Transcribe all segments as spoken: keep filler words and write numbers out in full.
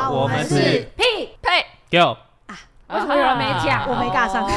好，我们是屁呸 Go 啊！为什么有人没讲？ 我没尬上。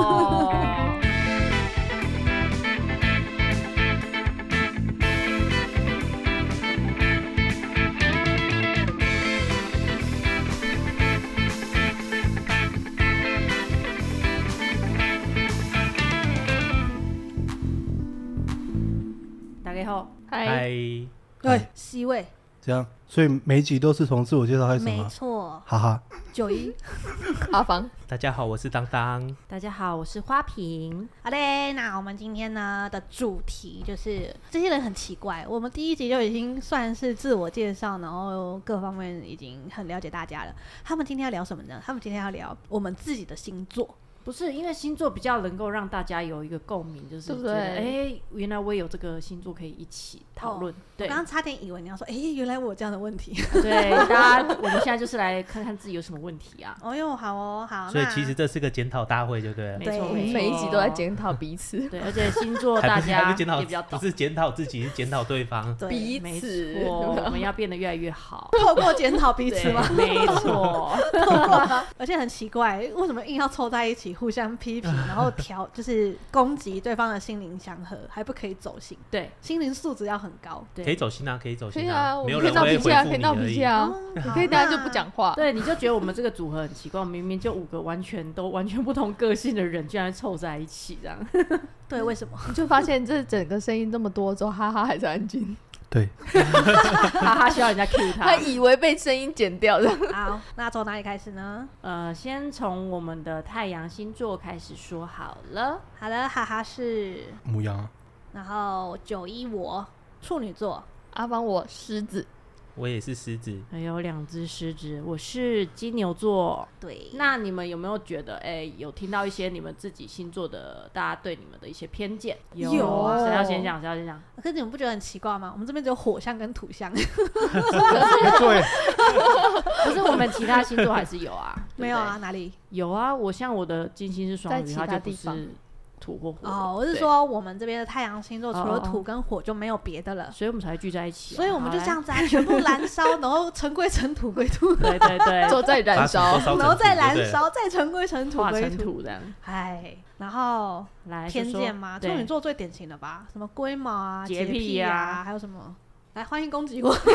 大家好， 嗨， 对 C 位， 这样，所以每一集都是从自我介绍开始吗？ 没错， 哈哈。 九一阿芳， 大家好，我是当当。 大家好，我是花瓶。 好嘞，那我们今天呢的主题就是这些人很奇怪。我们第一集就已经算是自我介绍，然后各方面已经很了解大家了。他们今天要聊什么呢？他们今天要聊我们自己的星座。 不是因为星座比较能够让大家有一个共鸣，就是觉得哎、欸，原来我也有这个星座可以一起讨论。哦、对， 我刚刚差点以为你要说，哎、欸，原来我有这样的问题。 对，大家，我们现在就是来看看自己有什么问题啊。 哦哟，好哦，好。 所以其实这是个检讨大会，就对了。 没错， 每一集都在检讨彼此。 对，而且星座大家也比较懂，不是检讨自己，是检讨对方。 对， 彼此，没错， 我们要变得越来越好。 透过检讨彼此吗？ 没错。 而且很奇怪，为什么硬要凑在一起互相批评？然后调就是攻击对方的心灵祥和，还不可以走心。 对， 心灵素质要很高。 可以走心啊，可以走心啊， 没有人会回复你而已。 可以闹脾气啊，你可以大家就不讲话。 对，你就觉得我们这个组合很奇怪，明明就五个完全都完全不同个性的人，居然凑在一起这样。 对，为什么？ 你就发现这整个声音这么多之后，哈哈还是安静。 对， 哈哈需要人家 cue 他， 他以为被声音剪掉的。 好，那从哪里开始呢？ 呃，先从我们的太阳星座开始说好了。 好的，哈哈是牡羊， 然后九一我处女座， 阿芳我狮子， 我也是狮子， 还有两只狮子，我是金牛座。 对， 那你们有没有觉得，哎、欸，有听到一些你们自己星座的大家对你们的一些偏见？ 有， 谁要先讲？谁要先讲？ 可是你们不觉得很奇怪吗？我们这边只有火象跟土象。 对， 可是我们其他星座还是有啊。 没有啊？哪里有啊？我像我的金星是双鱼，它就不是土或火。 哦，我是说我们这边的太阳星座除了土跟火就没有别的了， 所以我们才会聚在一起、啊。 所以我们就这样子啊，全部燃烧，然后尘归尘，土归土。 对对对， 都在燃烧， 然后再燃烧，再尘归尘，土归土这样。 哎，然后来偏见吗？处女座最典型的吧，什么龟毛啊、洁癖啊，还有什么？来，欢迎攻击我。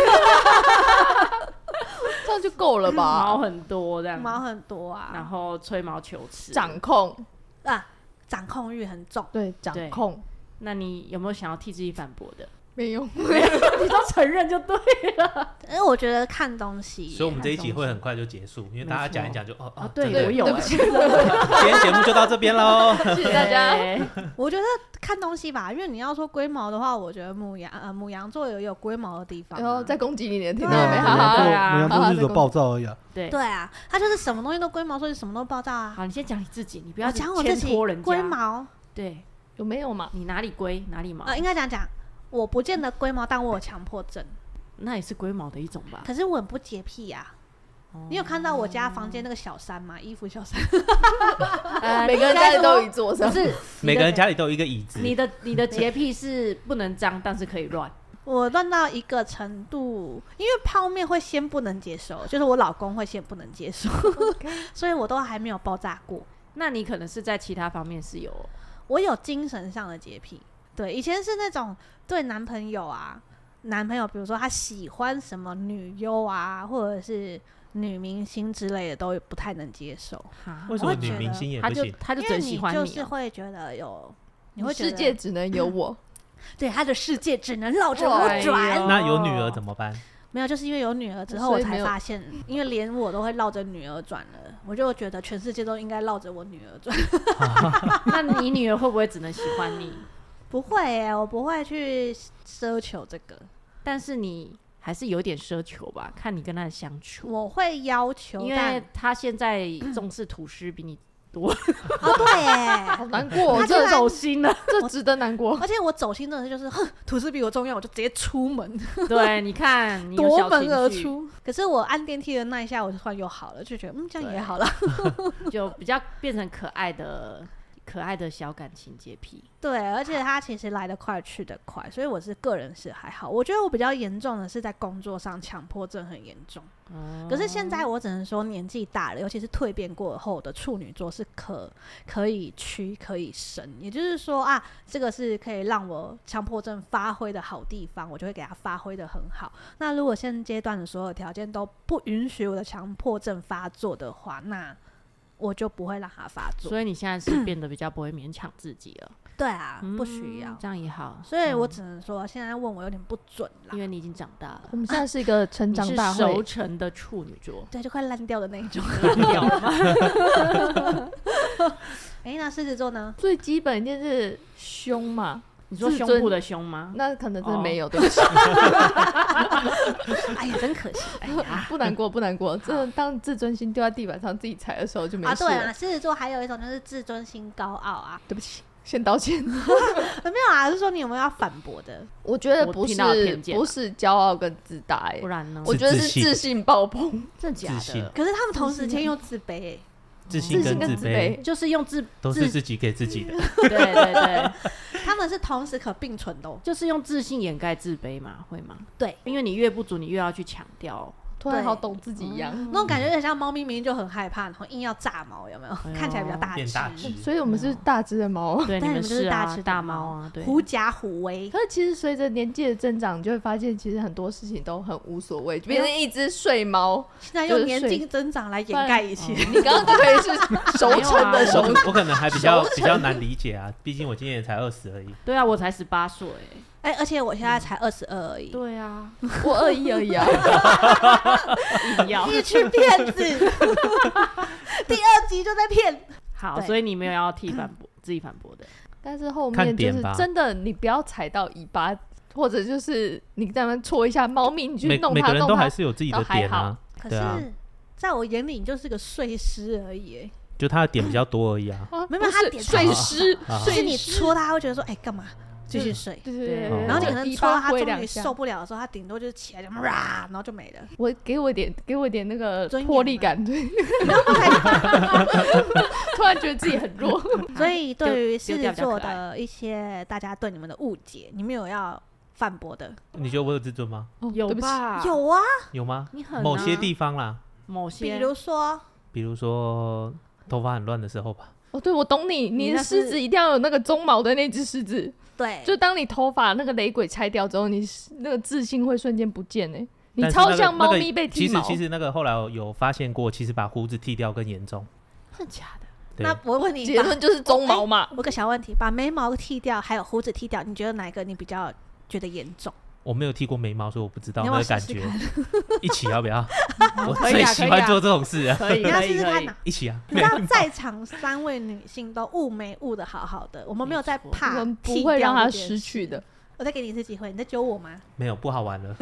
这样就够了吧？ 毛很多这样， 毛很多啊， 然后吹毛求疵， 掌控啊，掌控欲很重。 对，掌控。 那你有没有想要替自己反驳的？ 没有， 你都承认就对了。 因为我觉得看东西， 所以我们这一集会很快就结束，因为大家讲一讲就哦哦，对，我有， 对不起， 今天节目就到这边喽， 谢谢大家。 我觉得看东西吧，因为你要说龟毛的话，我觉得牡羊呃牡羊座有有龟毛的地方， 然后再攻击你，你听到没？ 哈哈， 牡羊座就是暴躁而已啊。 对对啊，他就是什么东西都龟毛，所以什么都暴躁啊。 好，你先讲你自己，你不要讲我自己龟毛。 对， 有没有嘛？ 你哪里龟哪里毛？ 呃，应该讲讲。我不见得龟毛，但我有强迫症， 那也是龟毛的一种吧。 可是我很不洁癖呀、啊哦。你有看到我家房间那个小山吗？衣服小山， 呃、每个人家里都有一座， 不是？ 每个人家里都有一个椅子。 你的你的洁癖是不能脏，但是可以乱。 我乱到一个程度，因为泡面会先不能接受，就是我老公会先不能接受， okay. 所以我都还没有爆炸过。 那你可能是在其他方面是有， 我有精神上的洁癖。对，以前是那种对男朋友啊，男朋友比如说他喜欢什么女优啊，或者是女明星之类的，都不太能接受。 为什么女明星也不行？ 他就他就真喜欢你、啊， 就是会觉得有，你会觉得世界只能有我， 对，他的世界只能绕着我转。 那有女儿怎么办？ 没有，就是因为有女儿之后，我才发现，因为连我都会绕着女儿转了，我就觉得全世界都应该绕着我女儿转。 那你女儿会不会只能喜欢你？ 不会耶，我不会去奢求这个， 但是你还是有点奢求吧，看你跟他的相处。 我会要求， 因为他现在重视吐司比你多。 哦，对耶， 好难过， 他这走心了， 这值得难过。 而且我走心真的就是，哼，吐司比我重要，我就直接出门。 对，你看，你有夺门而出。可是我按电梯的那一下，我就突然又好了，就觉得嗯，这样也好了， 就比较变成可爱的。 可爱的小感情洁癖。 对，而且他其实来得快去得快，所以我是个人是还好。我觉得我比较严重的是在工作上强迫症很严重。哦、可是现在我只能说年纪大了，尤其是蜕变过后的处女座是可可以屈可以伸，也就是说啊，这个是可以让我强迫症发挥的好地方，我就会给他发挥的很好。那如果现阶段的所有条件都不允许我的强迫症发作的话，那我就不会让他发作。 所以你现在是变得比较不会勉强自己了。 对啊、嗯，不需要， 这样也好。 所以我只能说，现在问我有点不准啦， 因为你已经长大了。 我们现在是一个成长大会， 你是熟成的处女座， 对，就快烂掉的那一种。 烂掉了吗？ 哎、欸，那狮子座呢？ 最基本一件是胸嘛。 你说胸部的胸吗？ 那可能真的没有，哦、对不起。 哎呀，真可惜。哎呀， 不难过，不难过。这当自尊心丢在地板上自己踩的时候就没事了。 啊，对啊，狮子座还有一种就是自尊心高傲啊。 对不起，先道歉。 没有啊，是说你有没有要反驳的？ 我觉得不是，不是骄傲跟自大、欸， 不然呢？ 我觉得是自信爆棚， 真的假的？ 可是他们同时间又自卑、欸。 自信跟自卑就是用自都是自己给自己的， 对对对， 他们是同时可并存的、哦， 就是用自信掩盖自卑嘛，会吗？ 对， 因为你越不足，你越要去强调。 突然好懂自己一样， 嗯、那种感觉有点像猫咪，明明就很害怕，然后硬要炸毛，有没有？哎、看起来比较大只， 大只所以我们是大只的猫， 对， 但你们是大只大猫啊，对， 狐假虎威。 可是其实随着年纪的增长，你就会发现，其实很多事情都很无所谓，变成一只睡猫。 现在用年纪增长来掩盖一切， 你刚刚就可以是熟成的熟、 啊我，我可能还比较比较难理解啊，毕竟我今年才二十而已。 对啊，我才十八岁。 哎、欸，而且我现在才二十二而已。 对啊， 我二一而已啊。 你去骗子！第二集就在骗。 好，所以你没有要替反驳、自己反驳的。 但是后面就是真的，你不要踩到尾巴，或者就是你在那边戳一下猫咪，你去弄它， 每个人都还是有自己的点啊。 可是，在我眼里，你就是个睡狮而已。 就他的点比较多而已啊。 没有，他点睡狮， 就是你戳他，会觉得说，哎、欸，干嘛？继续睡， 对对对， 然后你可能戳到他终于受不了的时候，他顶多就是起来就啦，然后就没了。 我给我一点，给我一点那个魄力感，对。突然觉得自己很弱。 所以对于狮子座的一些大家对你们的误解，你们有要反驳的？ 你觉得我有自尊吗？ 哦、有吧？ 有啊， 有吗？ 你很、啊、 某些地方啦， 某些， 比如说， 比如说头发很乱的时候吧。 哦，对，我懂你，你的狮子一定要有那个鬃毛的那只狮子。 对， 就当你头发那个雷鬼拆掉之后，你那个自信会瞬间不见哎、欸，你超像猫咪被剃毛。 其实其实那个后来有发现过，其实把胡子剃掉更严重。 真的假的？ 那我问你， 结论就是鬃毛嘛。 欸、我有个小问题，把眉毛剃掉，还有胡子剃掉，你觉得哪一个你比较觉得严重？ 我没有剃过眉毛，所以我不知道那个感觉。一起要不要？我最喜欢做这种事啊！ 可以，可以，可以， 一起啊！ 你知道在场三位女性都雾眉雾的好好的，我们没有在怕， 我们不会让她失去的。 我再给你一次机会，你在揪我吗？ 没有，不好玩了。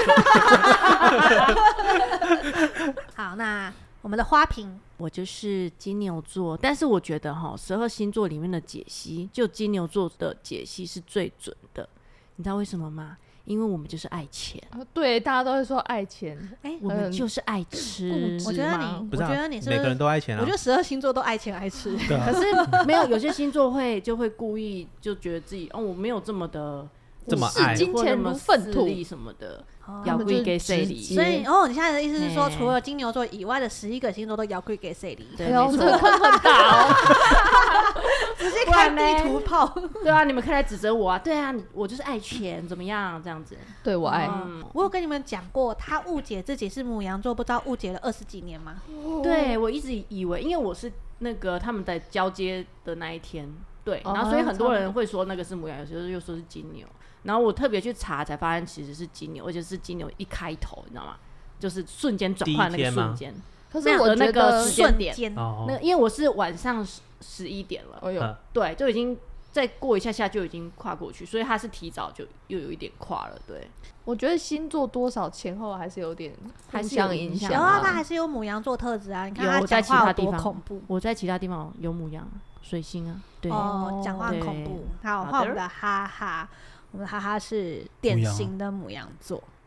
好，那我们的花瓶， 我就是金牛座，但是我觉得哈，十二星座里面的解析，就金牛座的解析是最准的。你知道为什么吗？因为我们就是爱钱、 啊、对，大家都会说爱钱， 哎、欸，我们就是爱吃。 我觉得你， 不是、啊、 我觉得你是每个人都爱钱啊。 我觉得十二星座都爱钱爱吃， 啊、 可是没有有些星座会就会故意就觉得自己哦，我没有这么的这么爱， 金钱如粪土什么的。摇柜给谁理？ 所以哦，你现在的意思是说，除了金牛座以外的十一个星座都摇柜给谁理？ 对，没错， 这个坑很大哦， 直接开地图炮。 对啊，你们可以来指责我啊！对啊，我就是爱钱，怎么样？这样子， 对我爱。 嗯、我有跟你们讲过，他误解自己是牡羊座，不知道误解了二十几年吗？ 哦、对，我一直以为，因为我是那个他们在交接的那一天，对，然后所以很多人会说那个是牡羊，有时候又说是金牛。然后我特别去查，才发现其实是金牛，而且是金牛一开头，你知道吗？就是瞬间转换那个瞬间。 可是我那个时间点， 哦、 那因为我是晚上十一点了， 哦哟， 对，就已经再过一下下就已经跨过去，所以他是提早就又有一点跨了。对， 我觉得星座多少前后还是有点互相影响。 有啊，他还是有牡羊座特质啊。你看他讲话有多恐怖。 我在其他地方有牡羊、水星啊，对， 哦，讲话很恐怖。好，换我们的哈哈。我们的哈哈是典型的牡羊座，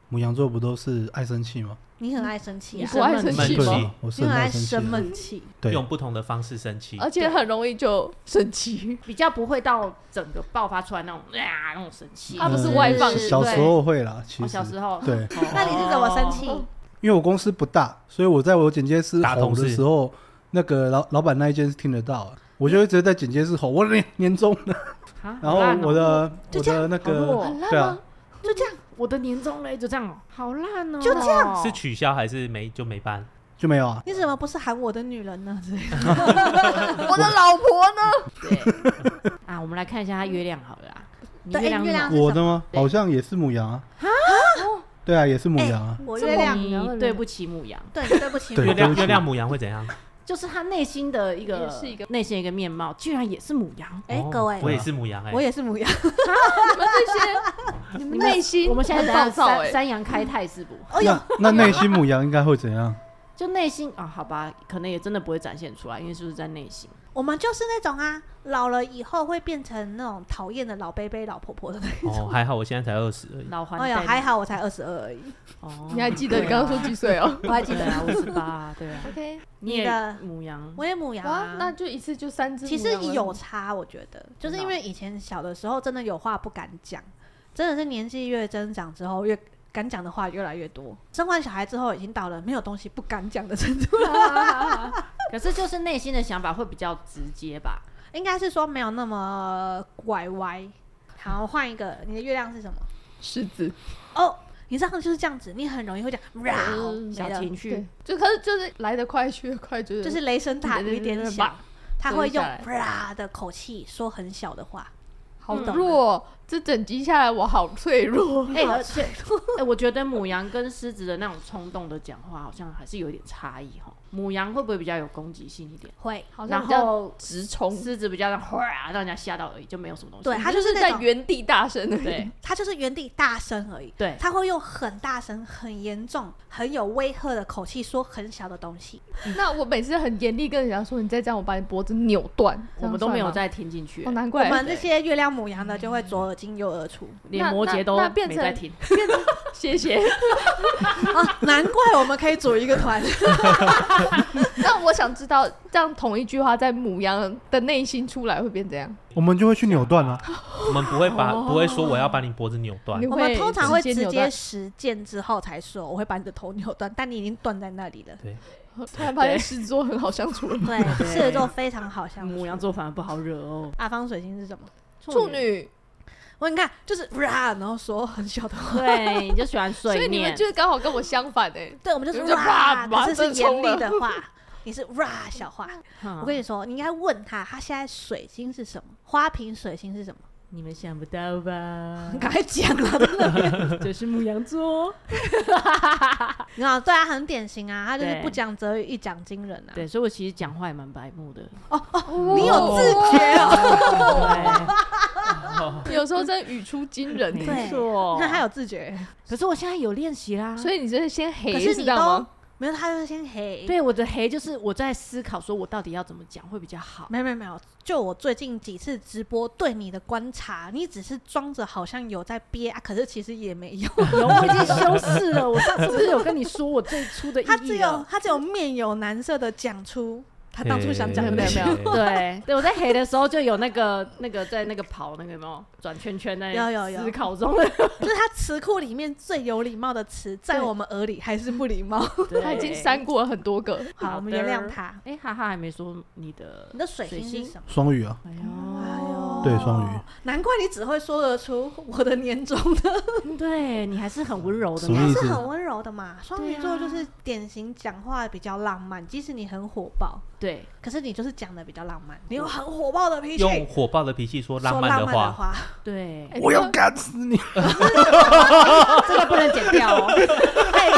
牡羊座不都是爱生气吗？ 你很爱生气啊， 不爱生气吗？ 我是很爱生气， 生闷气， 对， 用不同的方式生气， 而且很容易就生气， 比较不会到整个爆发出来那种啊那种生气。 他不是外放型， 小时候会啦，其实小时候对。 那你是怎么生气？ 因为我公司不大，所以我在我剪接室吼的时候，那个老老板那一间是听得到，我就会直接在剪接室吼我的年终了，然后我的我的那个对啊， 就这样。我的年终嘞，就这样哦，好烂哦， 就这样， 是取消还是没就没办？ 就没有啊？ 你怎么不是喊我的女人呢？ 我的老婆呢？ 对啊，我们来看一下他月亮好了啦。你月亮月亮我的吗？好像也是牡羊啊。对啊，也是牡羊啊。 我月亮， 你对不起牡羊， 对，对不起。 月亮月亮牡羊会怎样？ 就是他内心的一个内心的一个面貌，居然也是牡羊。 哎，各位， 我也是牡羊哎， 我也是牡羊。 你们这些，你们内心， 我们现在暴躁哎， 三阳开泰是不？ 那那内心牡羊应该会怎样？ 就内心啊，好吧，可能也真的不会展现出来，因为是不是在内心？ 我们就是那种啊，老了以后会变成那种讨厌的老伯伯、老婆婆的那种。 哦，还好我现在才二十而已。 老还哎呀，还好我才二十二而已。 哦， 你还记得你刚刚说几岁哦？ 我还记得啊，我十八，对啊。 OK， 你也牡羊， 我也牡羊啊， 那就一次就三只。 其实有差，我觉得，就是因为以前小的时候真的有话不敢讲，真的是年纪越增长之后越。敢讲的话越来越多，生完小孩之后已经到了没有东西不敢讲的程度了。 可是就是内心的想法会比较直接吧？ 应该是说没有那么拐歪。好，换一个，你的月亮是什么？ 狮子。 哦，你知道就是这样子，你很容易会讲嗯、小情绪， 就可是就是来得快去得快，就是就是雷声大雨点小，他会用啪的口气说很小的话。 好弱，这整集下来我好脆弱。 哎、欸，而且，哎、欸，我觉得牡羊跟狮子的那种冲动的讲话，好像还是有点差异哈。牡羊会不会比较有攻击性一点？ 会， 然后直冲。 狮子比较让哗让人家吓到而已，就没有什么东西。 对，他就是在原地大声而已。 对， 他就是原地大声而已。 对， 他会用很大声、很严重、很有威吓的口气说很小的东西。 那我每次很严厉跟人家说，你再这样，我把你脖子扭断。 我们都没有再听进去。 哦，难怪我们这些月亮牡羊的就会左耳进右耳出， 连摩羯都没在听。 变成谢谢啊，难怪我们可以组一个团。 那我想知道，这样同一句话在牡羊的内心出来会变怎样？ 我们就会去扭断了。 我们不会把不会说我要把你脖子扭断， 我们通常会直接实践之后才说我会把你的头扭断，但你已经断在那里了。 对， 突然发现狮子座很好相处了。 对，狮子座非常好相处。 牡羊座反而不好惹哦。 阿方水星是什么？ 处女。 我你看，就是啊，然后说很小的话， 对，你就喜欢碎念， 所以你们就是刚好跟我相反哎、欸。 对，我们就是哇，可是是严厉的话，你是哇小话。我跟你说，你应该问他，他现在水星是什么？花瓶水星是什么？ 你们想不到吧？ 赶快讲了，真的， 这是牡羊座。 你知道，对啊，很典型啊，他就是不讲则语，一讲惊人啊。 对，所以我其实讲话也蛮白目的。 哦哦，你有自觉哦。 有时候真的语出惊人， 没错。 那他有自觉， 可是我现在有练习啦。 所以你就是先黑， 可是你知道吗？ 没有，他就是先黑。 对，我的黑就是我在思考，说我到底要怎么讲会比较好。 没有没有没有，就我最近几次直播对你的观察，你只是装着好像有在憋啊，可是其实也没有。 有，我已经修饰了。我上次不是有跟你说我最初的意义了？ 他只有他只有面有难色的讲出他当初想讲的。 没有没有，对对，我在黑的时候就有那个那个在那个跑那个有没有转圈圈在有有有思考中的， 就是他词库里面最有礼貌的词，在我们耳里还是不礼貌。 他已经删过了很多个。 好，我们原谅他。 哎，哈哈，还没说你的你的水星是什么？ 双鱼啊。 哎呦， 对，双鱼。 难怪你只会说得出我的年终的。 对你还是很温柔的， 你还是很温柔的嘛。双鱼座就是典型讲话比较浪漫，即使你很火爆， 对， 可是你就是讲的比较浪漫，你有很火爆的脾气， 用火爆的脾气说浪漫的话， 话对， 我要干死你！ 这个不能剪掉哦。 哎，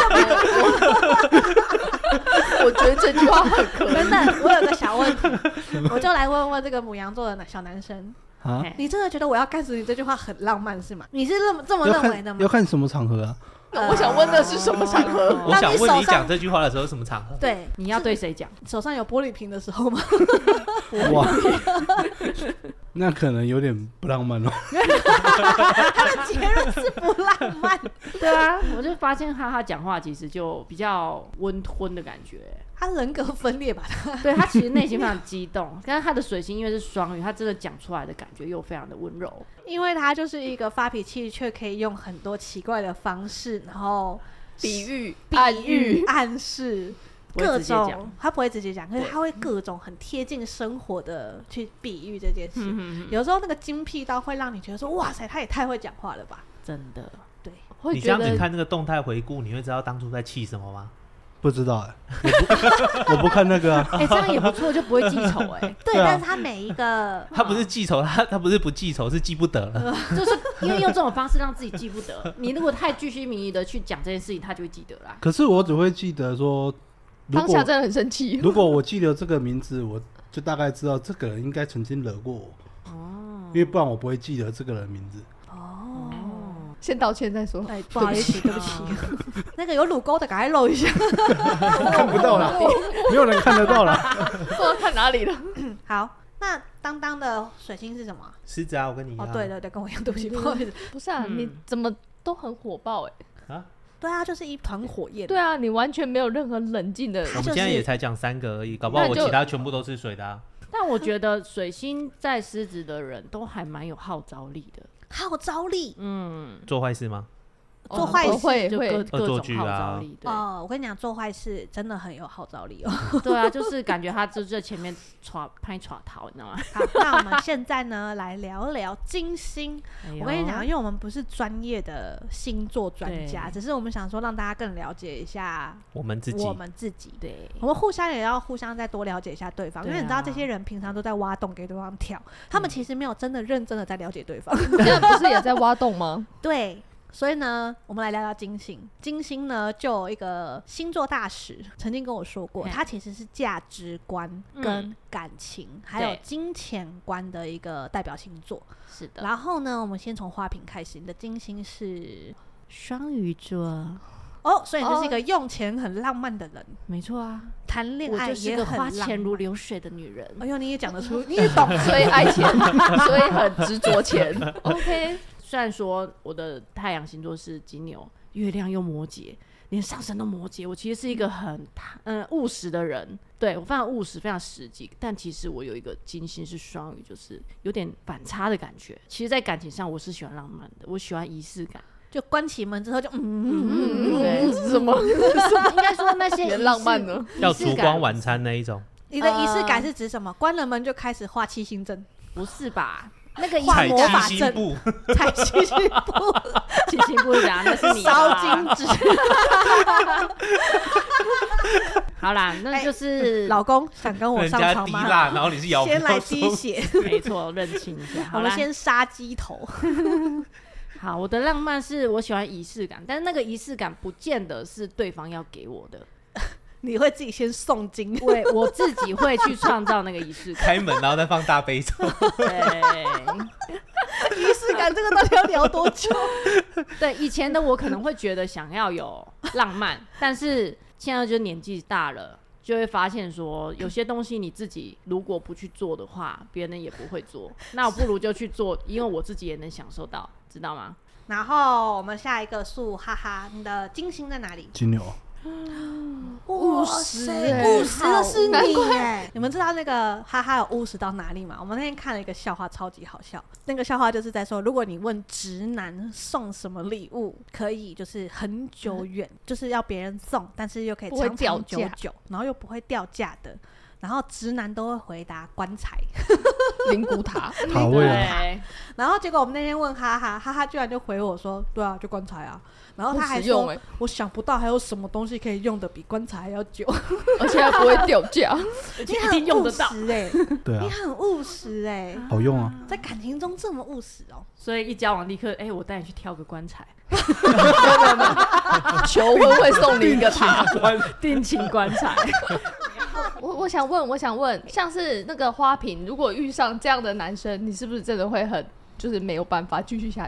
我觉得这句话很可以。 等等，我有个小问题，我就来问问这个牡羊座的小男生啊，你真的觉得我要干死你这句话很浪漫是吗？你是这么这么认为的吗？ 要看什么场合啊？ 我想问的是什么场合？ 我想问你讲这句话的时候什么场合？ 对， 你要对谁讲？ 手上有玻璃瓶的时候吗？ 哇，那可能有点不浪漫哦。 他的结论是不浪漫。 对啊，我就发现哈哈讲话其实就比较温吞的感觉。 他人格分裂吧？ 对，他其实内心非常激动，但是他的水星因为是双鱼，他真的讲出来的感觉又非常的温柔。 因为他就是一个发脾气，却可以用很多奇怪的方式，然后比喻、 暗喻、暗示。各种，他不会直接讲，可是他会各种很贴近生活的去比喻这件事。嗯、有时候那个精辟到会让你觉得说，哇塞，他也太会讲话了吧？ 真的， 对。 你这样子看那个动态回顾，你会知道当初在气什么吗？ 不知道哎、欸，我不我不看那个啊。 哎、欸，这样也不错，就不会记仇哎、欸。 对，但是他每一个， 他不是记仇，他他不是不记仇，是记不得了。 就是因为用这种方式让自己记不得。你如果太巨细靡遗的去讲这件事情，他就会记得啦。 可是我只会记得说。 当下真的很生气。 如果我记得这个名字，我就大概知道这个人应该曾经惹过我。哦，因为不然我不会记得这个人名字。 哦，先道歉再说。 哎，不好意思，对不起。那个有乳沟的赶快露一下。 看不到了，没有人看得到了。 不知道看哪里了。 好，那当当的水星是什么？ 狮子啊，我跟你一样。 哦，对对对，跟我一样，对不起，不好意思。 不是啊，嗯、你怎么都很火爆哎、 欸？啊？ 对啊，就是一团火焰。 对啊，你完全没有任何冷静的。 我们今天也才讲三个而已，搞不好我其他全部都是水的啊。 但我觉得水星在狮子的人都还蛮有号召力的。 号召力？ 嗯。 做坏事吗？ 做坏事会就各各种号召力。 哦，我跟你讲，做坏事真的很有号召力哦。 对啊，就是感觉他就在前面耍拍耍逃，你知道吗？ 好，那我们现在呢来聊聊金星。哎、我跟你讲，因为我们不是专业的星座专家，只是我们想说让大家更了解一下我们自己。 我们自己， 对， 我们互相也要互相再多了解一下对方，啊、因为你知道这些人平常都在挖洞给对方跳，他们其实没有真的认真的在了解对方。 现在不是也在挖洞吗？ 对。所以呢，我们来聊聊金星。金星呢，就有一个星座大使曾经跟我说过，它其实是价值观跟感情、嗯、还有金钱观的一个代表星座。 是的。 然后呢，我们先从花瓶开始。你的金星是双鱼座哦，所以你就是一个用钱很浪漫的人。 没错啊， 谈恋爱也很花钱如流水的女人。 哎呦，你也讲得出，你也懂， 所以爱钱，所以很执着钱。OK。 虽然说我的太阳星座是金牛，月亮又摩羯，连上升都摩羯，我其实是一个很嗯务实的人，对我非常务实，非常实际。但其实我有一个金星是双鱼，就是有点反差的感觉。其实，在感情上我是喜欢浪漫的，我喜欢仪式感。 就关起门之后就嗯嗯嗯，对， 是什么？ 应该说那些浪漫呢， 要烛光晚餐那一种。 你的仪式感是指什么？关了门就开始画七星阵？ 不是吧？那个画魔法阵， 踩七星步， 七星步是啥？那是你烧金纸。 好啦，那就是、 欸、老公想跟我上床吗？ 然后你是摇先来滴血， 没错，认清一下。 我们先杀鸡头。 好，我的浪漫是我喜欢仪式感，但是那个仪式感不见得是对方要给我的。 你会自己先诵经， 对，我自己会去创造那个仪式感。 开门，然后再放大悲咒。 对， 仪式感这个到底要聊多久？ 对，以前的我可能会觉得想要有浪漫，但是现在就年纪大了，就会发现说，有些东西你自己如果不去做的话，别人也不会做。那我不如就去做，因为我自己也能享受到，知道吗？ 然后我们下一个数，哈哈，你的金星在哪里？ 金牛。 务实，务实的是你耶！你们知道那个哈哈有务实到哪里吗？我们那天看了一个笑话，超级好笑。那个笑话就是在说，如果你问直男送什么礼物可以就是很久远、嗯，就是要别人送，但是又可以长长久久，然后又不会掉价的。然后直男都会回答棺材、 灵骨塔、 塔位啊。 然后结果我们那天问哈哈，哈哈居然就回我说：“对啊，就棺材啊。”然后他还说：“欸、我想不到还有什么东西可以用的比棺材还要久， 而且还不会掉价， 一定用得到。” 哎， 对啊， 你很务实哎、欸， 好用啊， 在感情中这么务实哦。 所以一交往立刻，哎、欸，我带你去挑个棺材。 求婚会送你一个塔， 定情棺材。 我我想问，我想问，像是那个花瓶，如果遇上这样的男生，你是不是真的会很就是没有办法继续下去？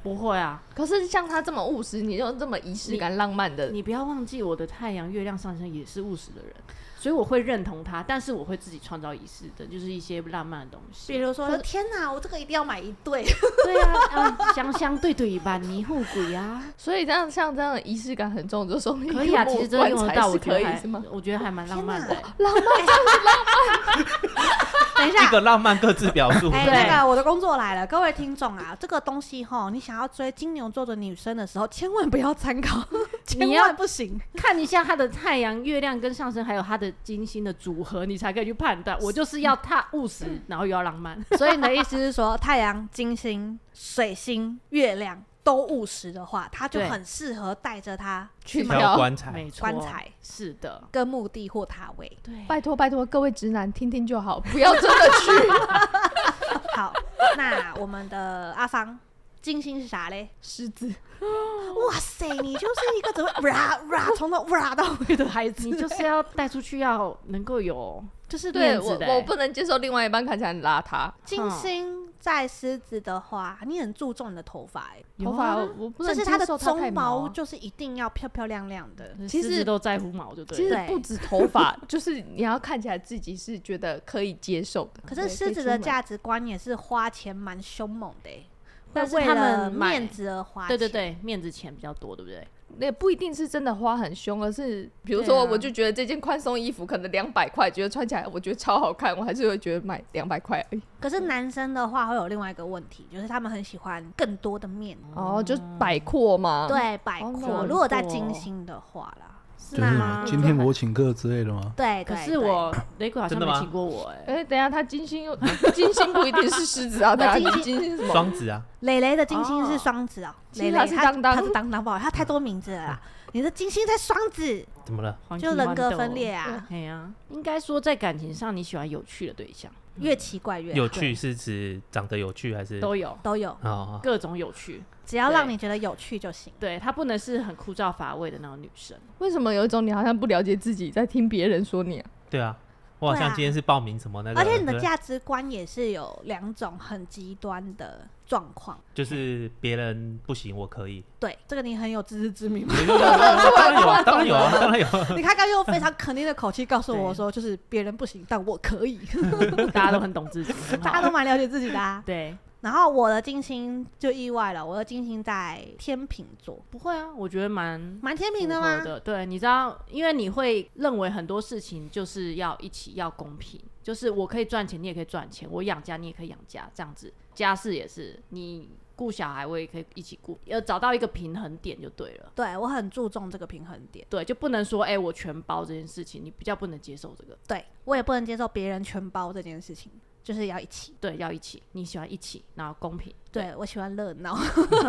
不会啊。 可是像他这么务实，你就这么仪式感、浪漫的， 你不要忘记我的太阳、月亮上升也是务实的人。所以我会认同他，但是我会自己创造仪式的，就是一些浪漫的东西， 比如说，天哪，我这个一定要买一对。 对啊，啊香香对对万年富贵啊。 所以这样像这样的仪式感很重，就说可以啊，其实真的用得到，我觉得还我觉得还蛮浪漫的、欸， 浪漫就是浪漫。 等一下， 一个浪漫各自表述。 哎、欸，那个我的工作来了，各位听众啊，这个东西哈，你想要追金牛座的女生的时候，千万不要参考，千万不行。 看一下她的太阳、月亮跟上升，还有她的金星的组合，你才可以去判断。我就是要踏务实，然后又要浪漫。 所以你的意思是说，太阳、金星、水星、月亮都务实的话，他就很适合带着他去挑棺材， 没错， 棺材是的， 跟墓地或塔位。 对， 拜托拜托，各位直男听听就好，不要真的去。 好，那我们的阿芳，金星是啥嘞？ 狮子。 哇塞，你就是一个只会哇哇从头哇到尾的孩子， 你就是要带出去，要能够有就是对面子的、 欸、我我不能接受另外一半看起来很邋遢。 金星在狮子的话，你很注重你的头发、欸， 头发我不能接受它太毛， 就是它的鬃毛就是一定要漂漂亮亮的。 其实都在乎毛就对了。 其实不止头发，就是你要看起来自己是觉得可以接受的。 可是狮子的价值观也是花钱蛮凶猛的、欸。 但是他们面子而花钱， 对对对，面子钱比较多，对不对？ 也不一定是真的花很凶，而是比如说，我就觉得这件宽松衣服可能两百块，觉得穿起来我觉得超好看，我还是会觉得买两百块而已。 可是男生的话会有另外一个问题，就是他们很喜欢更多的面哦，就是百阔嘛。 对，百阔、哦。如果在金星的话啦。 就是今天我请客之类的吗？ 对， 可是我雷鬼好像没请过我哎、 欸。哎、欸，等一下，他金星又金星不一定是狮子啊，对啊，金星是什么？ 双子啊。 蕾蕾的金星是双子哦，蕾蕾、 喔、是当当， 他是当当，不好意思，他太多名字了啦。你的金星在双子， 怎么了？ 就人格分裂啊。 对啊，应该说在感情上，你喜欢有趣的对象， 越奇怪越好。 有趣是指长得有趣还是都有都有、 哦、 各种有趣。 只要让你觉得有趣就行。 对，她不能是很枯燥乏味的那种女生。 为什么有一种你好像不了解自己，在听别人说你啊？ 对啊，我好像今天是报名什么那个， 而且你的价值观也是有两种很极端的状况， 就是别人不行，我可以。 对，这个你很有自知之明吗？ 当然有啊，当然有啊，当然有。 你刚刚用非常肯定的口气告诉我说，就是别人不行，但我可以。 大家都很懂自己， 大家都蛮了解自己的啊。 对。 然后我的金星就意外了，我的金星在天秤座。 不会啊，我觉得蛮蛮天秤的吗？ 对，你知道，因为你会认为很多事情就是要一起要公平，就是我可以赚钱，你也可以赚钱，我养家你也可以养家，这样子。家事也是，你顾小孩我也可以一起顾，要找到一个平衡点就对了。 对，我很注重这个平衡点。 对，就不能说哎、欸、我全包这件事情，你比较不能接受这个。 对，我也不能接受别人全包这件事情。就是要一起， 对，要一起。你喜欢一起，然后公平。 对, 对我喜欢热闹，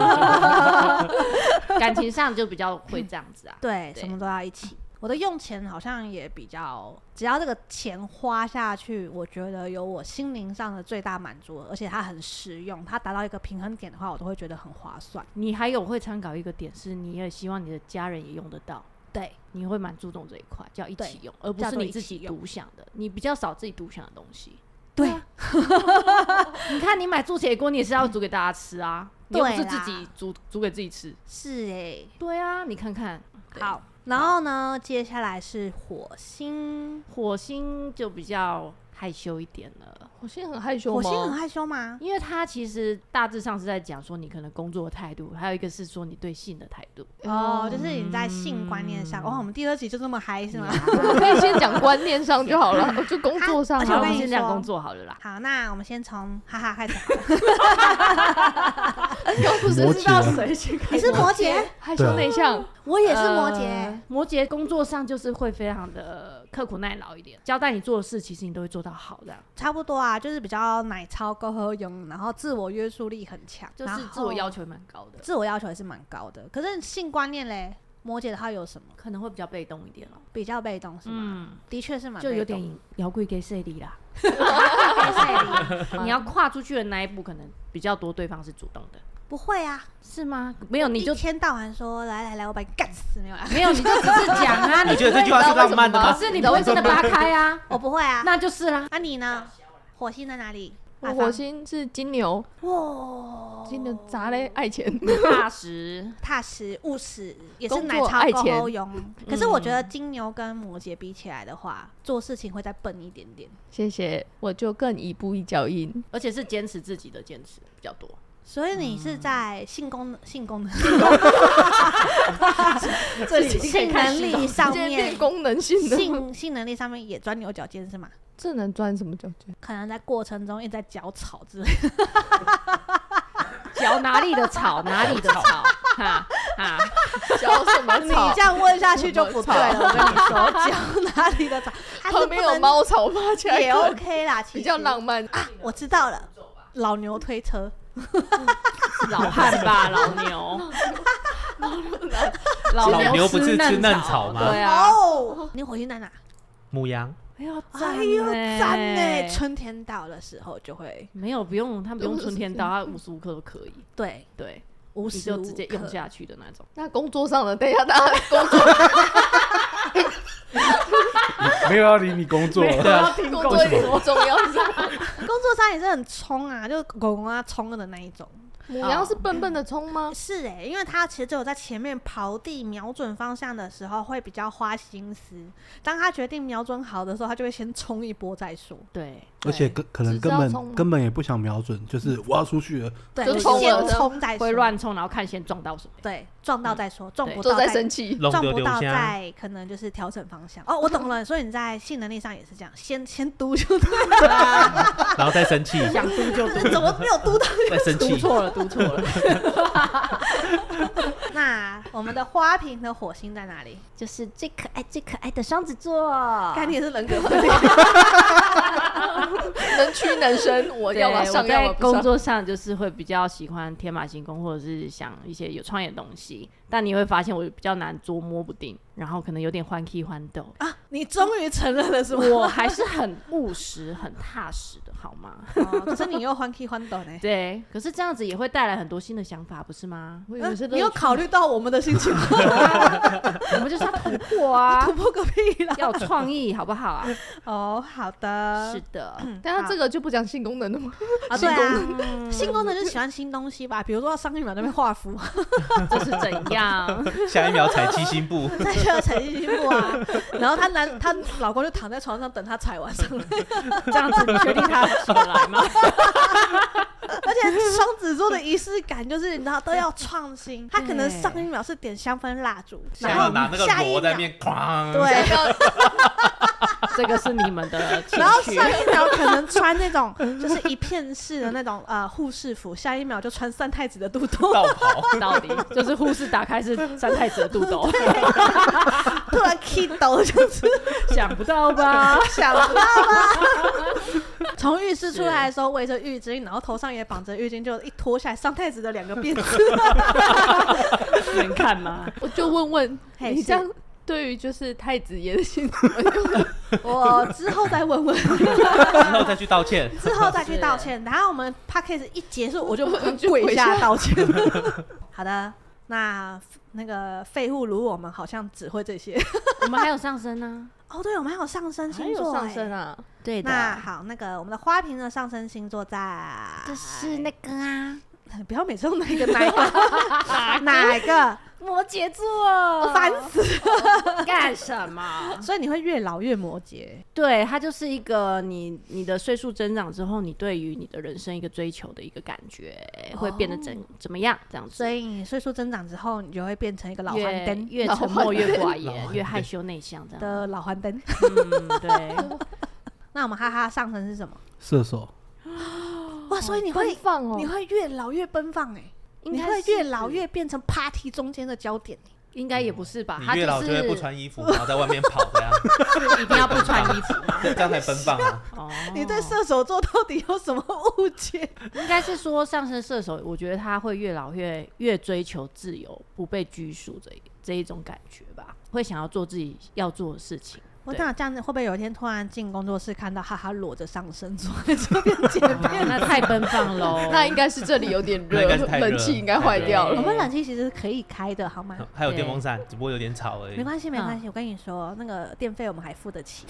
感情上就比较会这样子啊。 对，什么都要一起。我的用钱好像也比较，只要这个钱花下去，我觉得有我心灵上的最大满足，而且它很实用，它达到一个平衡点的话，我都会觉得很划算。 你还有会参考一个点是，你也希望你的家人也用得到。 对， 你会蛮注重这一块，叫一起用，而不是你自己独享的。你比较少自己独享的东西。 对， 你看你买猪血锅，你也是要煮给大家吃啊，你又不是自己煮煮给自己吃。 是哎、欸， 对啊，你看看。 好，然后呢，接下来是火星， 火星就比较害羞一点了。 火星很害羞吗？ 火星很害羞吗？ 因为他其实大致上是在讲说你可能工作的态度，还有一个是说你对性的态度。 哦，就是你在性观念上。嗯、哦，我们第二集就这么嗨是吗？ 我们可以先讲观念上就好了，就工作上。 而且我跟你先讲工作好了啦。 好，那我们先从哈哈开始好了。 又不是知道谁先开始。 你是摩羯， 害羞内向。 我也是摩羯、 呃，摩羯工作上就是会非常的刻苦耐劳一点，交代你做的事，其实你都会做到好的。 差不多啊，就是比较奶超够喝用，然后自我约束力很强， 就是自我要求蛮高的， 自我要求也是蛮高的。可是性观念嘞，摩羯的话有什么？ 可能会比较被动一点哦， 比较被动是吗？嗯，的确是蛮被动， 就有点摇滚给谁的啦。你要跨出去的那一步，可能比较多对方是主动的。 不会啊， 是吗？没有，你就一天到晚说来来来，我把你干死，没有啦， 没有，你就只是讲啊。 你觉得这句话是浪漫的吗？ 可是你不会真的扒开啊， 我不会啊， 那就是啦。 那、啊、你呢？火星在哪里？ 我火星是金牛， 哇， 金牛咋嘞？爱钱， 踏实、 踏实、务实，也是工奶超作爱钱够用。可是我觉得金牛跟摩羯比起来的话，做事情会再笨一点点。 谢谢，我就更一步一脚印， 而且是坚持自己的坚持比较多。 所以你是在性功能、性功能、 这里性能力上面， 变功能性的性性能力上面也钻牛角尖是吗？ 这能钻什么角尖？ 可能在过程中一直在嚼草之类的。 嚼哪里的草，哪里的草，哈哈， 嚼什么草？ 你这样问下去就不对了。我跟你说，嚼哪里的草？ 旁边有猫草爬起来也 OK 啦，其实比较浪漫啊。我知道了，老牛推车。 老汉吧，老牛， 老牛不是吃嫩草吗？ 对啊。 哦，你火星在哪？ 牡羊。 哎呦， 哎呦，赞呢！春天到的时候就会没有不用，他不用春天到，他无时无刻都可以。 对对， 无时无刻就直接用下去的那种。 那工作上的，等一下大家工作没有要理你工作， 对啊， 工作也不重要，是吧？ 工作上也是很冲啊，就是狗狗啊冲的那一种。 母羊是笨笨的冲吗？ 是哎、欸，因为它其实只有在前面刨地瞄准方向的时候会比较花心思，当他决定瞄准好的时候，他就会先冲一波再说。 对， 而且可可能根本根本也不想瞄准，就是我要出去了， 对， 就冲先冲再说， 会乱冲，然后看先撞到什么。 对，撞到再说，撞不到再生气， 撞不到再可能就是调整方向。哦，我懂了，所以你在性能力上也是这样，先先嘟就对了， 然后再生气， 想嘟就嘟， 怎么没有嘟到？ 再生气， 嘟错了，嘟错了。 那我们的花瓶的火星在哪里？ 就是最可爱、最可爱的双子座。 看你也是人格分裂， 能屈能伸，我要往上，要在工作上就是会比较喜欢天马行空，或者是想一些有创意的东西。但你会发现我比较难捉摸不定，然后可能有点欢喜欢斗啊！你终于承认了是吗？ 我还是很务实、很踏实的，好吗？ 哦，可是你又欢喜欢斗呢？ 对，可是这样子也会带来很多新的想法，不是吗？ 我以为是你有考虑到我们的心情吗？ 我们就是要突破啊！ 突破个屁啦！ 要有创意，好不好啊？ 哦，好的， 是的。 但他这个就不讲性功能的吗？ 啊，对啊，性功能就是喜欢新东西吧，比如说上一秒那边画符， 这是怎样？ 下一秒踩七星步， 再去踩七星步啊！然后她男她老公就躺在床上等她踩完上来， 这样子你确定他起得来吗？ 而且双子座的仪式感就是你知道都要创新，他可能上一秒是点香氛蜡烛，然后拿那个锣在那边哐， 对， 这个是你们的情绪。 然后上一秒可能穿那种就是一片式的那种呃护士服，下一秒就穿三太子的肚兜， 道袍， 到底就是护士打开是三太子的肚兜， 突然 key 抖就是想不到吧？ 想不到吧？从浴室出来的时候围着浴巾，然后头上也绑着浴巾，就一脱下来三太子的两个辫子， 能看吗？ 我就问问你这样。对于就是太子爷的信怎么用？ 我之后再问问， 之后再去道歉， 之后再去道歉。然后我们 podcast 一结束，我就跪下道歉。好的，那那个废物如我们好像只会这些。 我们还有上升呢。 哦，对，我们还有上升星座， 上升啊。 对的。 那好，那个我们的花瓶的上升星座在， 就是那个啊， 不要每次用哪一个哪一个哪一个。 摩羯座， 烦死了！ 干什么？ 所以你会越老越摩羯。 对，它就是一个你你的岁数增长之后，你对于你的人生一个追求的一个感觉，会变得怎、哦、怎么样？这样子。 所以你岁数增长之后，你就会变成一个老黄灯， 越沉默越寡言，越害羞内向这样的老黄灯。 嗯，对。 那我们哈哈上升是什么？ 射手。 哇，所以你会放哦， 你会越老越奔放哎、欸。你会越老越变成 party 中间的焦点、欸， 应该也不是吧？ 你越老就会不穿衣服，然后在外面跑这样， 是一定要不穿衣服吗？ 这样才奔放啊！ 哦，你对射手座到底有什么误解？ 应该是说上升射手，我觉得他会越老越越追求自由，不被拘束这这一种感觉吧，会想要做自己要做的事情。 我想这样子会不会有一天突然进工作室看到哈哈裸着上身坐在这边剪片？ 那太奔放喽。 那应该是这里有点热，冷气应该坏掉了。 我们冷气其实是可以开的，好吗？ 还有电风扇，只不过有点吵而已。 没关系，没关系。我跟你说，那个电费我们还付得起。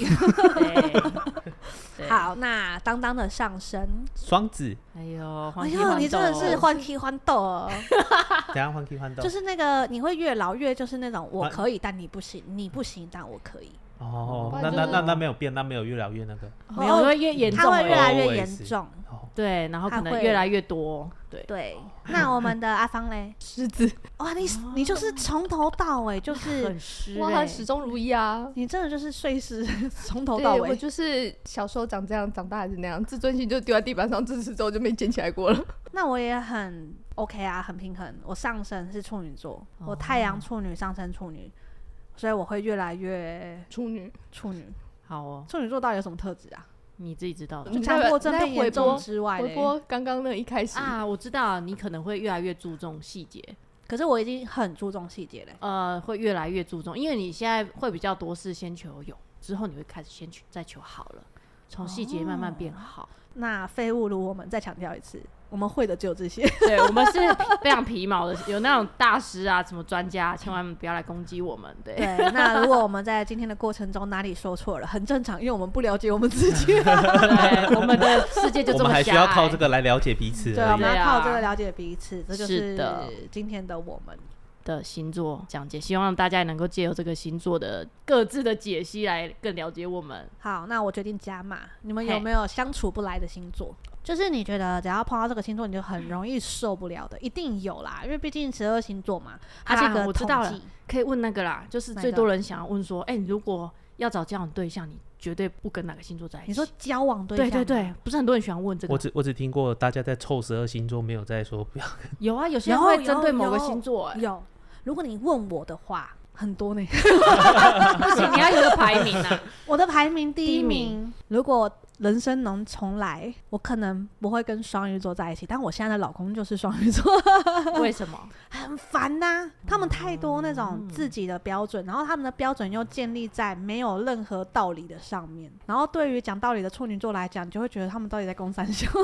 好，那当当的上升， 双子。 哎呦， 哎呦，你真的是欢喜欢斗哦。 怎样欢喜欢斗？ 就是那个你会越老越就是那种我可以但你不行，你不行但我可以。 哦，那那那那没有变，那没有越来越那个， 没有会越严重， 它会越来越严重， 对，然后可能越来越多，对对。那我们的阿芳嘞， 狮子， 哇，你你就是从头到尾就是很湿， 哇，始终如一啊， 你真的就是睡狮，从头到尾。 我就是小时候长这样，长大还是那样，自尊心就丢在地板上，自此之后就没捡起来过了。 那我也很 OK 啊，很平衡。我上升是处女座，我太阳处女，上升处女。所以我会越来越处女， 处女好哦。 处女座到底有什么特质啊？ 你自己知道的。 就强迫症变严重之外， 回播刚刚那一开始啊，我知道你可能会越来越注重细节， 可是我已经很注重细节了。 呃，会越来越注重，因为你现在会比较多是先求有，之后你会开始先求再求好了，从细节慢慢变好。哦、 那废物如我们再强调一次。我们会的只有这些， 对，我们是非常皮毛的，有那种大师啊，什么专家，千万不要来攻击我们。对， 对。那如果我们在今天的过程中哪里说错了，很正常，因为我们不了解我们自己。 对，我们的世界就这么狭隘。我们还需要靠这个来了解彼此。 对，我们要靠这个了解彼此，这就是今天的我们的星座讲解，希望大家能够借由这个星座的各自的解析来更了解我们。 好，那我决定加码，你们有没有相处不来的星座？就是你觉得只要碰到这个星座你就很容易受不了的，一定有啦，因为毕竟十二星座嘛，它是一个统计、啊、我知道了， 可以问那个啦，就是最多人想要问说，哎、欸，你如果要找交往对象，你绝对不跟哪个星座在一起？ 你说交往对象？ 对对对，不是很多人喜欢问这个。 我只我只听过大家在凑十二星座，没有在说不要跟。 有啊，有些人会针对某个星座、欸有。 有，如果你问我的话，很多呢。 不行，你要有个排名啊。 我的排名第一名，如果人生能重来，我可能不会跟双鱼座在一起，但我现在的老公就是双鱼座。 为什么？ 很烦呐、啊，他们太多那种自己的标准、嗯，然后他们的标准又建立在没有任何道理的上面，然后对于讲道理的处女座来讲，就会觉得他们到底在攻三小。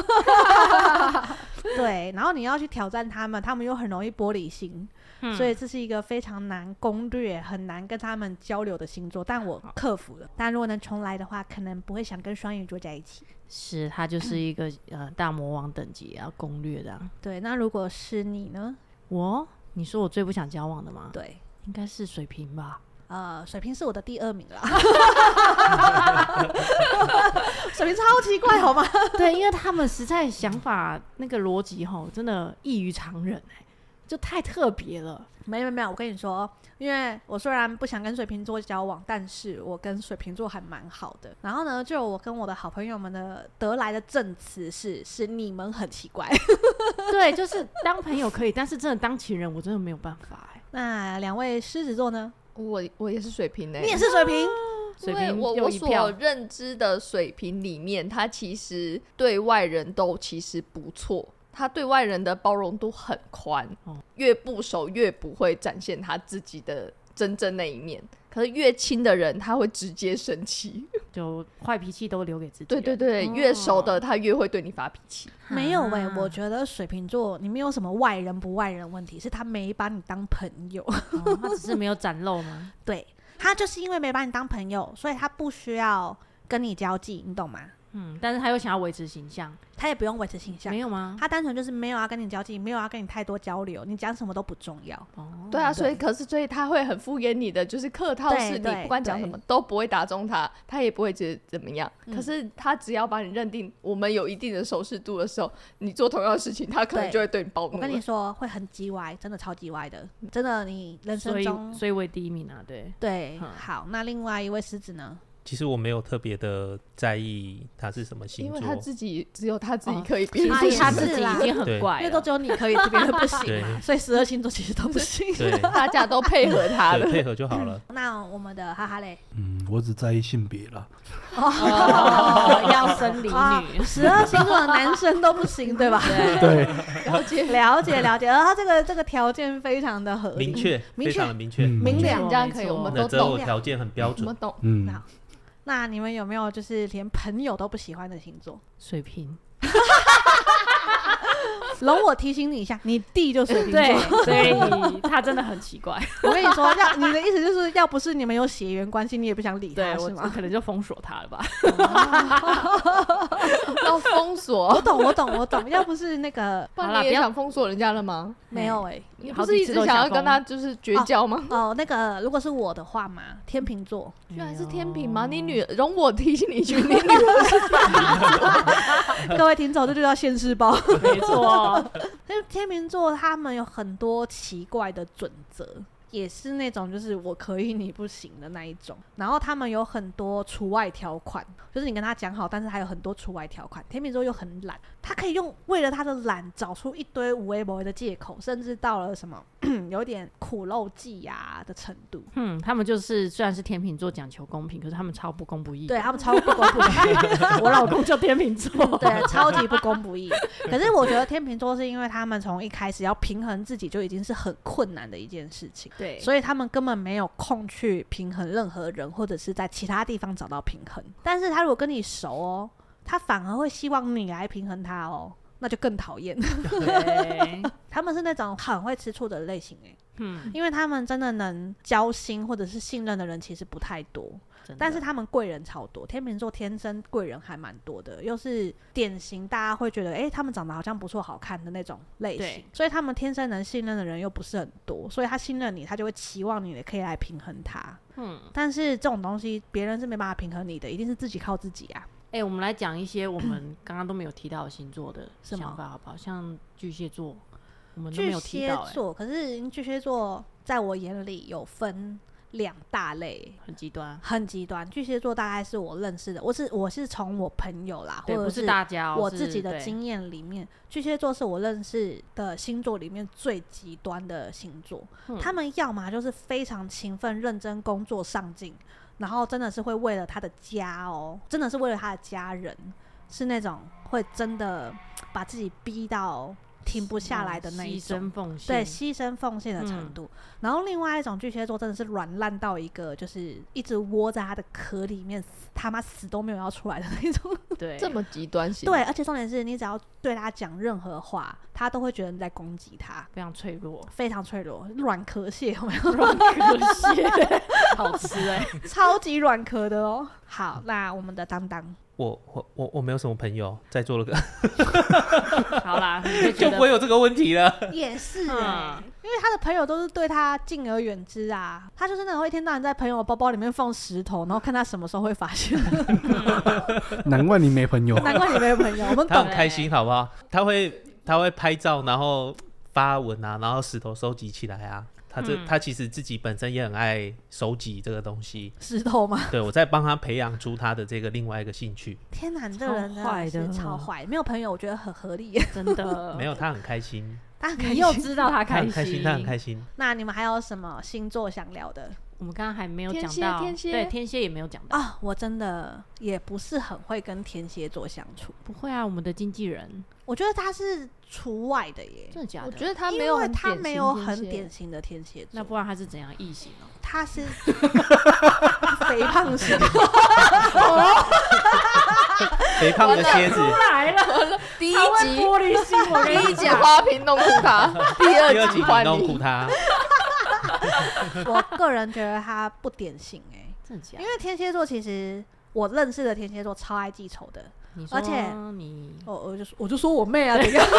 对，然后你要去挑战他们，他们又很容易玻璃心。嗯、所以这是一个非常难攻略、很难跟他们交流的星座，但我克服了。但如果能重来的话，可能不会想跟双鱼座在一起。 是，他就是一个、嗯、呃大魔王等级要攻略的、啊。 对，那如果是你呢？ 我？你说我最不想交往的吗？ 对， 应该是水瓶吧。 呃，水瓶是我的第二名啦。水瓶超奇怪，好吗？ 对，因为他们实在想法那个逻辑吼，真的异于常人哎、欸。就太特别了， 没有没有，我跟你说，因为我虽然不想跟水瓶座交往，但是我跟水瓶座还蛮好的。然后呢，就我跟我的好朋友们的得来的证词是，是你们很奇怪。 对，就是当朋友可以，但是真的当情人，我真的没有办法哎、欸。 那两位狮子座呢？ 我我也是水瓶哎、欸， 你也是水瓶。 因为我我所认知的水瓶里面，他其实对外人都其实不错。他对外人的包容度很宽、哦、越不熟越不会展现他自己的真正那一面，可是越亲的人他会直接生气， 就坏脾气都留给自己。 对对对、哦、越熟的他越会对你发脾气。 没有欸，我觉得水瓶座你没有什么外人不外人问题，是他没把你当朋友、 哦、他只是没有展露吗？ 对，他就是因为没把你当朋友，所以他不需要跟你交际，你懂吗？ 嗯，但是他又想要维持形象， 他也不用维持形象。没有吗？ 他单纯就是没有要跟你交际，没有要跟你太多交流，你讲什么都不重要。 哦，对啊，所以可是所以他会很敷衍你的，就是客套式，你不管讲什么都不会打中他，他也不会觉得怎么样、嗯。可是他只要把你认定我们有一定的熟识度的时候，你做同样的事情，他可能就会对你暴怒。 我跟你说，会很叽歪，真的超级歪的，真的你人生中所以所以为第一名啊，对对、嗯。好，那另外一位狮子呢？ 其实我没有特别的在意他是什么星座， 因为他自己只有他自己可以变， 其实他自己已经很怪了， 因为都只有你可以，别人不行嘛，所以十二星座其实都不行， 对， 大家都配合他了， 配合就好了。 那我们的哈哈嘞， 嗯，我只在意性别啦。 哦，要生理女， 十二星座的男生都不行，对吧？ 对， 了解了解了解，然后他这个这个条件非常的合理， 明确，非常的明确， 明了， 这样可以，我们都懂。条件很标准， 我们懂。 嗯， 那你们有没有就是连朋友都不喜欢的星座？ 水瓶。 容我提醒你一下，你弟就水瓶座， 对，所以他真的很奇怪。 我跟你说，要你的意思就是要不是你们有血缘关系，你也不想理他，是吗？ 我可能就封锁他了吧。 要封锁？ 我懂，我懂，我懂。要不是那个， 不然你也想封锁人家了吗？ 没有哎、欸， 你不是一直想要跟他就是绝交吗？ 哦，哦那个如果是我的话嘛，天秤座， 居然是天秤吗？你女容我提醒你一句，你女儿是天秤座。 各位听众，这就叫现世报。 没错。 但天秤座他们有很多奇怪的准则，也是那种就是我可以你不行的那一种，然后他们有很多除外条款，就是你跟他讲好，但是还有很多除外条款。天秤座又很懒，他可以用为了他的懒找出一堆无微不微的借口，甚至到了什么有点苦肉计呀、啊、的程度。 嗯，他们就是虽然是天秤座讲求公平，可是他们超不公不义。 对，他们超不公不义。 我老公就天秤座， 对，超级不公不义。可是我觉得天秤座是因为他们从一开始要平衡自己就已经是很困难的一件事情。 对， 所以他们根本没有空去平衡任何人，或者是在其他地方找到平衡。但是他如果跟你熟哦，他反而会希望你来平衡他哦，那就更讨厌。他们是那种很会吃醋的类型哎，嗯，因为他们真的能交心或者是信任的人其实不太多。但是他们贵人超多，天秤座天生贵人还蛮多的，又是典型大家会觉得哎、欸，他们长得好像不错好看的那种类型，所以他们天生能信任的人又不是很多，所以他信任你，他就会期望你可以来平衡他。嗯，但是这种东西别人是没办法平衡你的，一定是自己靠自己啊。 哎、欸，我们来讲一些我们刚刚都没有提到的星座的想法好不好？像巨蟹座，我们都没有提到、欸。 巨蟹座，可是巨蟹座在我眼里有分两大类， 很极端， 很极端。巨蟹座大概是我认识的，我是我是从我朋友啦，或者不是大家、哦， 我自己的经验里面，巨蟹座是我认识的星座里面最极端的星座。嗯、他们要么就是非常勤奋、认真工作、上进，然后真的是会为了他的家哦，真的是为了他的家人，是那种会真的把自己逼到停不下来的那一种， 牺牲奉献， 对，牺牲奉献的程度、嗯。然后另外一种巨蟹座真的是软烂到一个，就是一直窝在他的壳里面，他妈死都没有要出来的那种。 对，这么极端型。 对，而且重点是你只要对他讲任何话，他都会觉得你在攻击他， 非常脆弱， 非常脆弱，软壳蟹有没有？ 软壳蟹，好吃哎、欸， 超级软壳的哦。好，那我们的当当。 我我我我没有什么朋友在做了个好啦， 就, 就不会有这个问题了。 也是、欸嗯，因为他的朋友都是对他敬而远之啊，他就是那种一天到晚在朋友包包里面放石头，然后看他什么时候会发现。 难怪你没朋友， 难怪你没朋友。我们懂、欸、 他很开心，好不好？他会他会拍照，然后发文啊，然后石头收集起来啊。他这、嗯、他其实自己本身也很爱收集这个东西， 石头吗？ 对，我在帮他培养出他的这个另外一个兴趣。 天哪，你这个人真的是超坏，没有朋友我觉得很合理， 真的。 没有，他很开心， 他很开心， 你又知道他开心， 他很开心，他很开心。 那你们还有什么星座想聊的？ 我们刚刚还没有讲到， 天蝎， 对，天蝎也没有讲到啊、哦。我真的也不是很会跟天蝎座相处。 不会啊，我们的经纪人， 我觉得他是除外的耶。 真的假的？ 我觉得他没有很， 因为他没有很典型的天蝎座。 那不然他是怎样异形哦？ 他是肥胖型。 肥胖的蝎子出来了， 第一集玻璃心，我跟第一集花瓶弄哭他，第二集换弄哭他。 我个人觉得他不典型哎、欸， 真的假的？ 因为天蝎座其实我认识的天蝎座超爱记仇的，而且你， 我我就我就说我妹啊，怎样？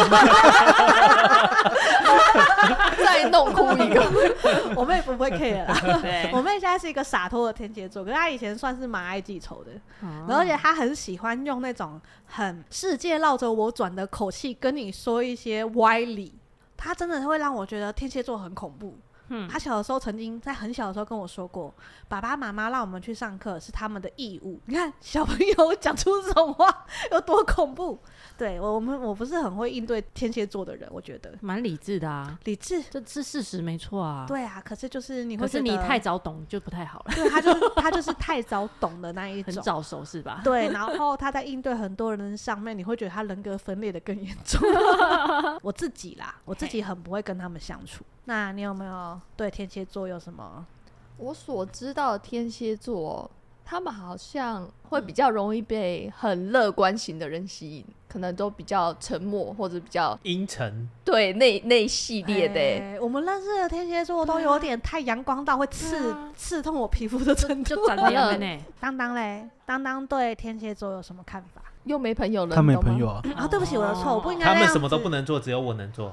再弄哭一个， 我妹不会 care 啦。 对， 我妹现在是一个洒脱的天蝎座，可是她以前算是蛮爱记仇的，嗯、而且她很喜欢用那种很世界绕着我转的口气跟你说一些歪理，她真的会让我觉得天蝎座很恐怖。 嗯，他小的时候曾经在很小的时候跟我说过，爸爸妈妈让我们去上课是他们的义务。你看小朋友讲出这种话有多恐怖。对，我们我不是很会应对天蝎座的人，我觉得蛮理智的啊， 理智， 这是事实没错啊。 对啊，可是就是你会觉得，可是你太早懂就不太好了。 对，他就是他就是太早懂的那一种， 很早熟是吧？ 对，然后他在应对很多人上面，你会觉得他人格分裂的更严重。我自己啦，我自己很不会跟他们相处。那你有没有对天蝎座有什么？ 我所知道的天蝎座，他们好像会比较容易被很乐观型的人吸引，可能都比较沉默或者比较阴沉， 对那那一系列的、欸欸。我们认识的天蝎座都有点太阳光到会刺、啊、刺痛我皮肤的程度， 就长这样了呢。 当当嘞，当当对天蝎座有什么看法？ 又没朋友了， 他没朋友啊！ 啊，对不起，我的错，我不应该。 他们什么都不能做，只有我能做。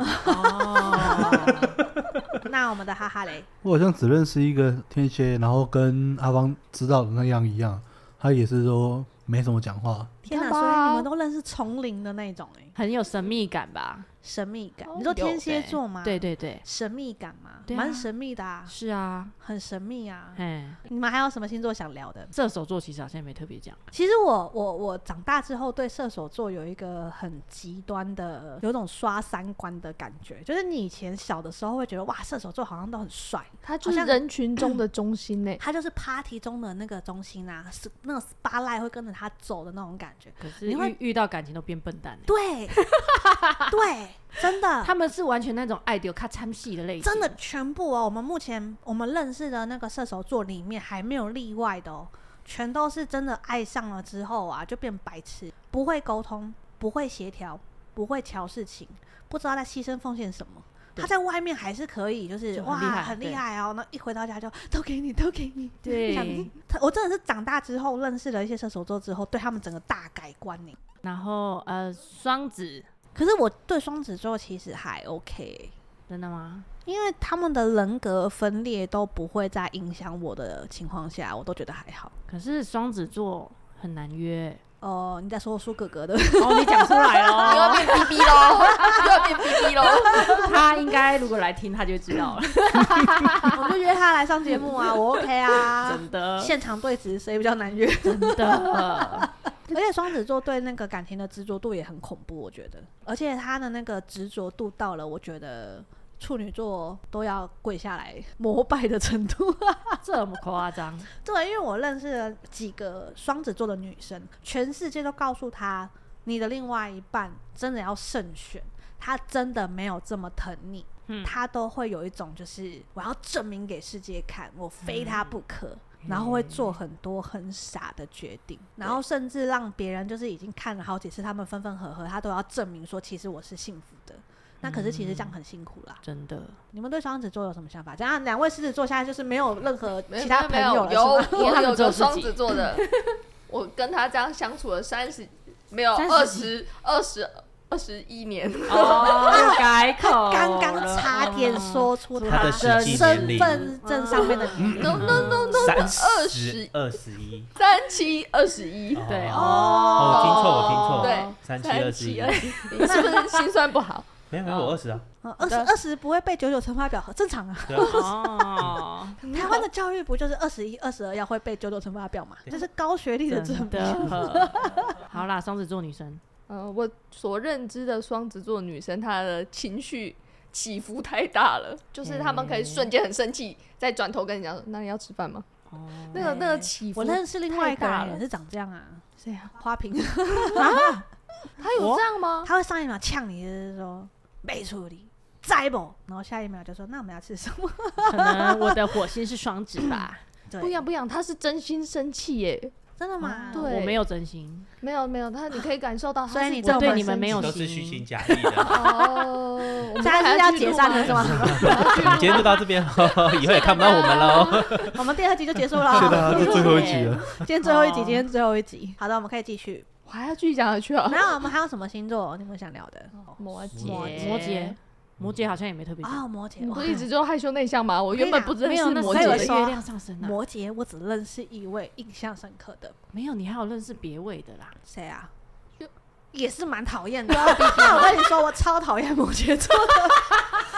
哦，那我们的哈哈嘞， 我好像只认识一个天蝎，然后跟阿芳知道的那样一样，他也是说没什么讲话。 天哪，所以你们都认识丛林的那种哎、欸， 很有神秘感吧？ 神秘感，你说天蝎座吗？ 对对对， 神秘感嘛，蛮、啊、神秘的啊。 是啊， 很神秘啊。 嗯， 你们还有什么星座想聊的？ 射手座其实好像没特别讲。 其实我我我长大之后对射手座有一个很极端的，有种刷三观的感觉，就是你以前小的时候会觉得哇，射手座好像都很帅， 他就是人群中的中心呢、欸， 他就是 party 中的那个中心啊，是那个 spotlight 会跟着他走的那种感觉。 可是你会遇到感情都变笨蛋、欸。 对，对。真的， 他们是完全那种爱丢看参戏的类型， 真的全部哦。我们目前我们认识的那个射手座里面还没有例外的哦，全都是真的爱上了之后啊，就变白痴，不会沟通，不会协调，不会调事情，不知道在牺牲奉献什么。他在外面还是可以，就是哇很厉害哦，那一回到家就都给你，都给你。 对， 我真的是长大之后认识了一些射手座之后，对他们整个大改观呢。 然后呃，双子。 可是我对双子座其实还 OK， 真的吗？ 因为他们的人格分裂都不会在影响我的情况下，我都觉得还好。 可是双子座很难约哦、呃，你在说苏哥哥的哦，你讲出来咯又要变 B B 咯，又要变 B B 咯。 他应该如果来听，他就知道了。 我就约他来上节目啊，我 OK 啊， 真的。 现场对质谁比较难约？ 真的。 而且双子座对那个感情的执着度也很恐怖，我觉得。而且他的那个执着度到了，我觉得处女座都要跪下来膜拜的程度。 这么夸张？ 对，因为我认识了几个双子座的女生，全世界都告诉她，你的另外一半真的要慎选，他真的没有这么疼你。嗯、他都会有一种就是我要证明给世界看，我非他不可。嗯，然后会做很多很傻的决定，然后甚至让别人就是已经看了好几次他们分分合合，他都要证明说其实我是幸福的。那可是其实这样很辛苦啦， 嗯、真的。 你们对双子座有什么想法？这样两位狮子座现在就是没有任何其他朋友了， 有我有个双子座的，我跟他这样相处了三十没有二十二十。二十一年哦，改口， 刚刚差点说出他的身份证上面的年龄。 no no no no， 二十二十一， 三七二十一， 对哦，我听错，我听错， 对， 三七二十一， 你是不是心算不好？ 没有没有，我二十啊， 二十二十不会背九九乘法表，正常啊。 哦， 台湾的教育不就是二十一、二十二要会背九九乘法表嘛？这是高学历的证明。 好啦，双子座女生。 呃，我所认知的双子座女生，她的情绪起伏太大了，就是她们可以瞬间很生气，再转头跟你讲，那你要吃饭吗？哦，那个那个起伏， 我认识另外一个人也是长这样啊， 谁啊？ 花瓶啊？他有这样吗？ 他会上一秒呛你，就是说没处理，再不，然后下一秒就说那我们要吃什么？ 可能我的火星是双子吧？ 对， 不一样不一样，他是真心生气耶。 真的吗？ 对，我没有真心， 没有没有，他你可以感受到他， 所以你对你们没有都是虚心假意的。 哦，我们现在是要解散了是吗？ 今天就到这边了，以后也看不到我们了。 我们第二集就结束了， 是的，这最后一集了。 今天最后一集，今天最后一集。好的，我们可以继续。 我还要继续讲下去啊。 没有，我们还有什么星座你们想聊的？ 摩羯， 摩羯。摩羯好像也没特别啊，摩羯， 你不一直就害羞内向吗？我原本不认识摩羯的月亮上升啊。 摩羯，我只认识一位印象深刻的， 没有，你还有认识别位的啦？ 谁啊？也是蛮讨厌的。我跟你说，我超讨厌摩羯座的。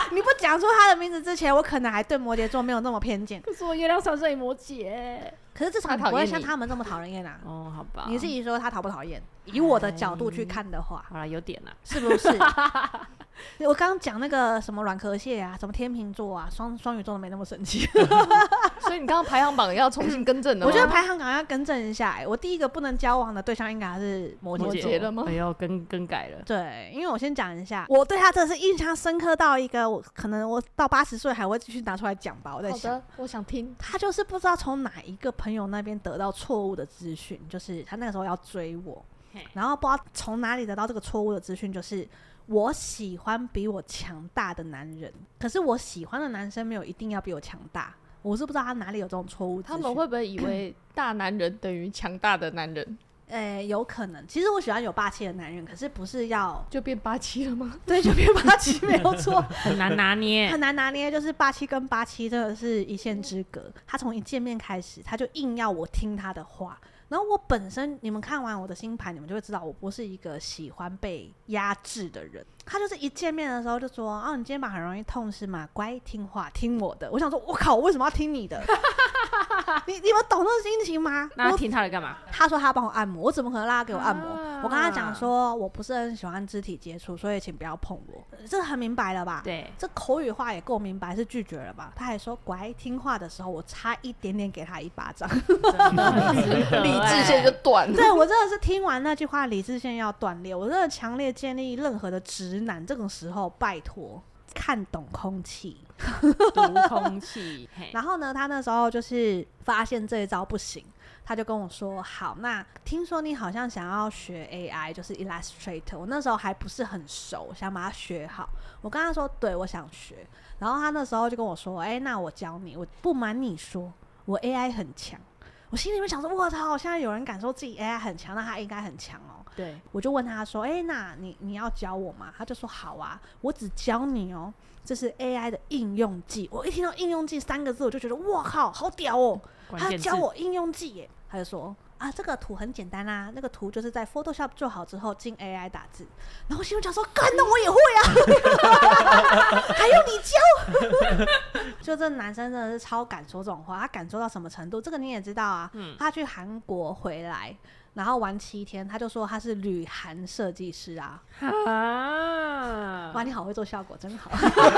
你不讲出他的名字之前，我可能还对摩羯座没有那么偏见。 可是我月亮上升于摩羯， 可是至少你不会像他们这么讨人厌啊。 哦，好吧。 你自己说他讨不讨厌？以我的角度去看的话， 好啦，有点啦， 是不是？我刚刚讲那个什么软壳蟹啊，什么天秤座啊，双双鱼座都没那么生气。 所以你刚刚排行榜要重新更正的吗？ 我觉得排行榜要更正一下、欸。我第一个不能交往的对象应该还是摩羯座了吗？ 哎呦，更更改了。 对，因为我先讲一下，我对他真的是印象深刻到一个，我可能我到八十岁还会继续拿出来讲吧。我在想， 好的，我想听。 他就是不知道从哪一个朋友那边得到错误的资讯，就是他那个时候要追我，然后不知道从哪里得到这个错误的资讯，就是我喜欢比我强大的男人，可是我喜欢的男生没有一定要比我强大。我是不知道他哪里有这种错误资讯。 他们会不会以为大男人等于强大的男人？ 诶、欸，有可能。其实我喜欢有霸气的男人，可是不是要就变霸气了吗？ 对，就变霸气，没有错。 很难拿捏， 很难拿捏。就是霸气跟霸气真的是一线之隔。他从一见面开始，他就硬要我听他的话。然后我本身，你们看完我的星盘，你们就会知道我不是一个喜欢被压制的人。他就是一见面的时候就说：“哦，你肩膀很容易痛是吗？乖，听话，听我的。”我想说，我靠，我为什么要听你的？你你们懂那个心情吗？ 那他听他的干嘛？ 他说他帮我按摩，我怎么可能让他给我按摩？ 啊、 我跟他讲说，我不是很喜欢肢体接触，所以请不要碰我。这很明白了吧？ 对， 这口语化也够明白，是拒绝了吧？他还说乖听话的时候，我差一点点给他一巴掌， 理智线就断了。 对，我真的是听完那句话，理智线要断裂。我真的强烈建议任何的直男，这种时候拜托看懂空气， 读空气。 然后呢，他那时候就是发现这一招不行，他就跟我说：“好，那听说你好像想要学 A I， 就是 Illustrator。我那时候还不是很熟，想把它学好。我跟他说：对，我想学。然后他那时候就跟我说：哎、欸，那我教你。我不瞒你说，我 A I 很强。我心里面想说：我操，现在有人敢说自己 A I 很强，那他应该很强哦。 对， 我就问他说：哎、欸，那你你要教我吗？他就说：好啊，我只教你哦。这是 A I 的应用技。我一听到应用技三个字，我就觉得哇靠，好屌哦！他教我应用技耶。他就说啊，这个图很简单啊，那个图就是在 Photoshop 做好之后进 A I 打字。然后心里想说，干，那我也会啊，还用你教？就这男生真的是超敢说这种话，他敢说到什么程度？这个你也知道啊，嗯、他去韩国回来。然后玩七天，他就说他是旅韩设计师啊！啊，哇，你好会做效果，真好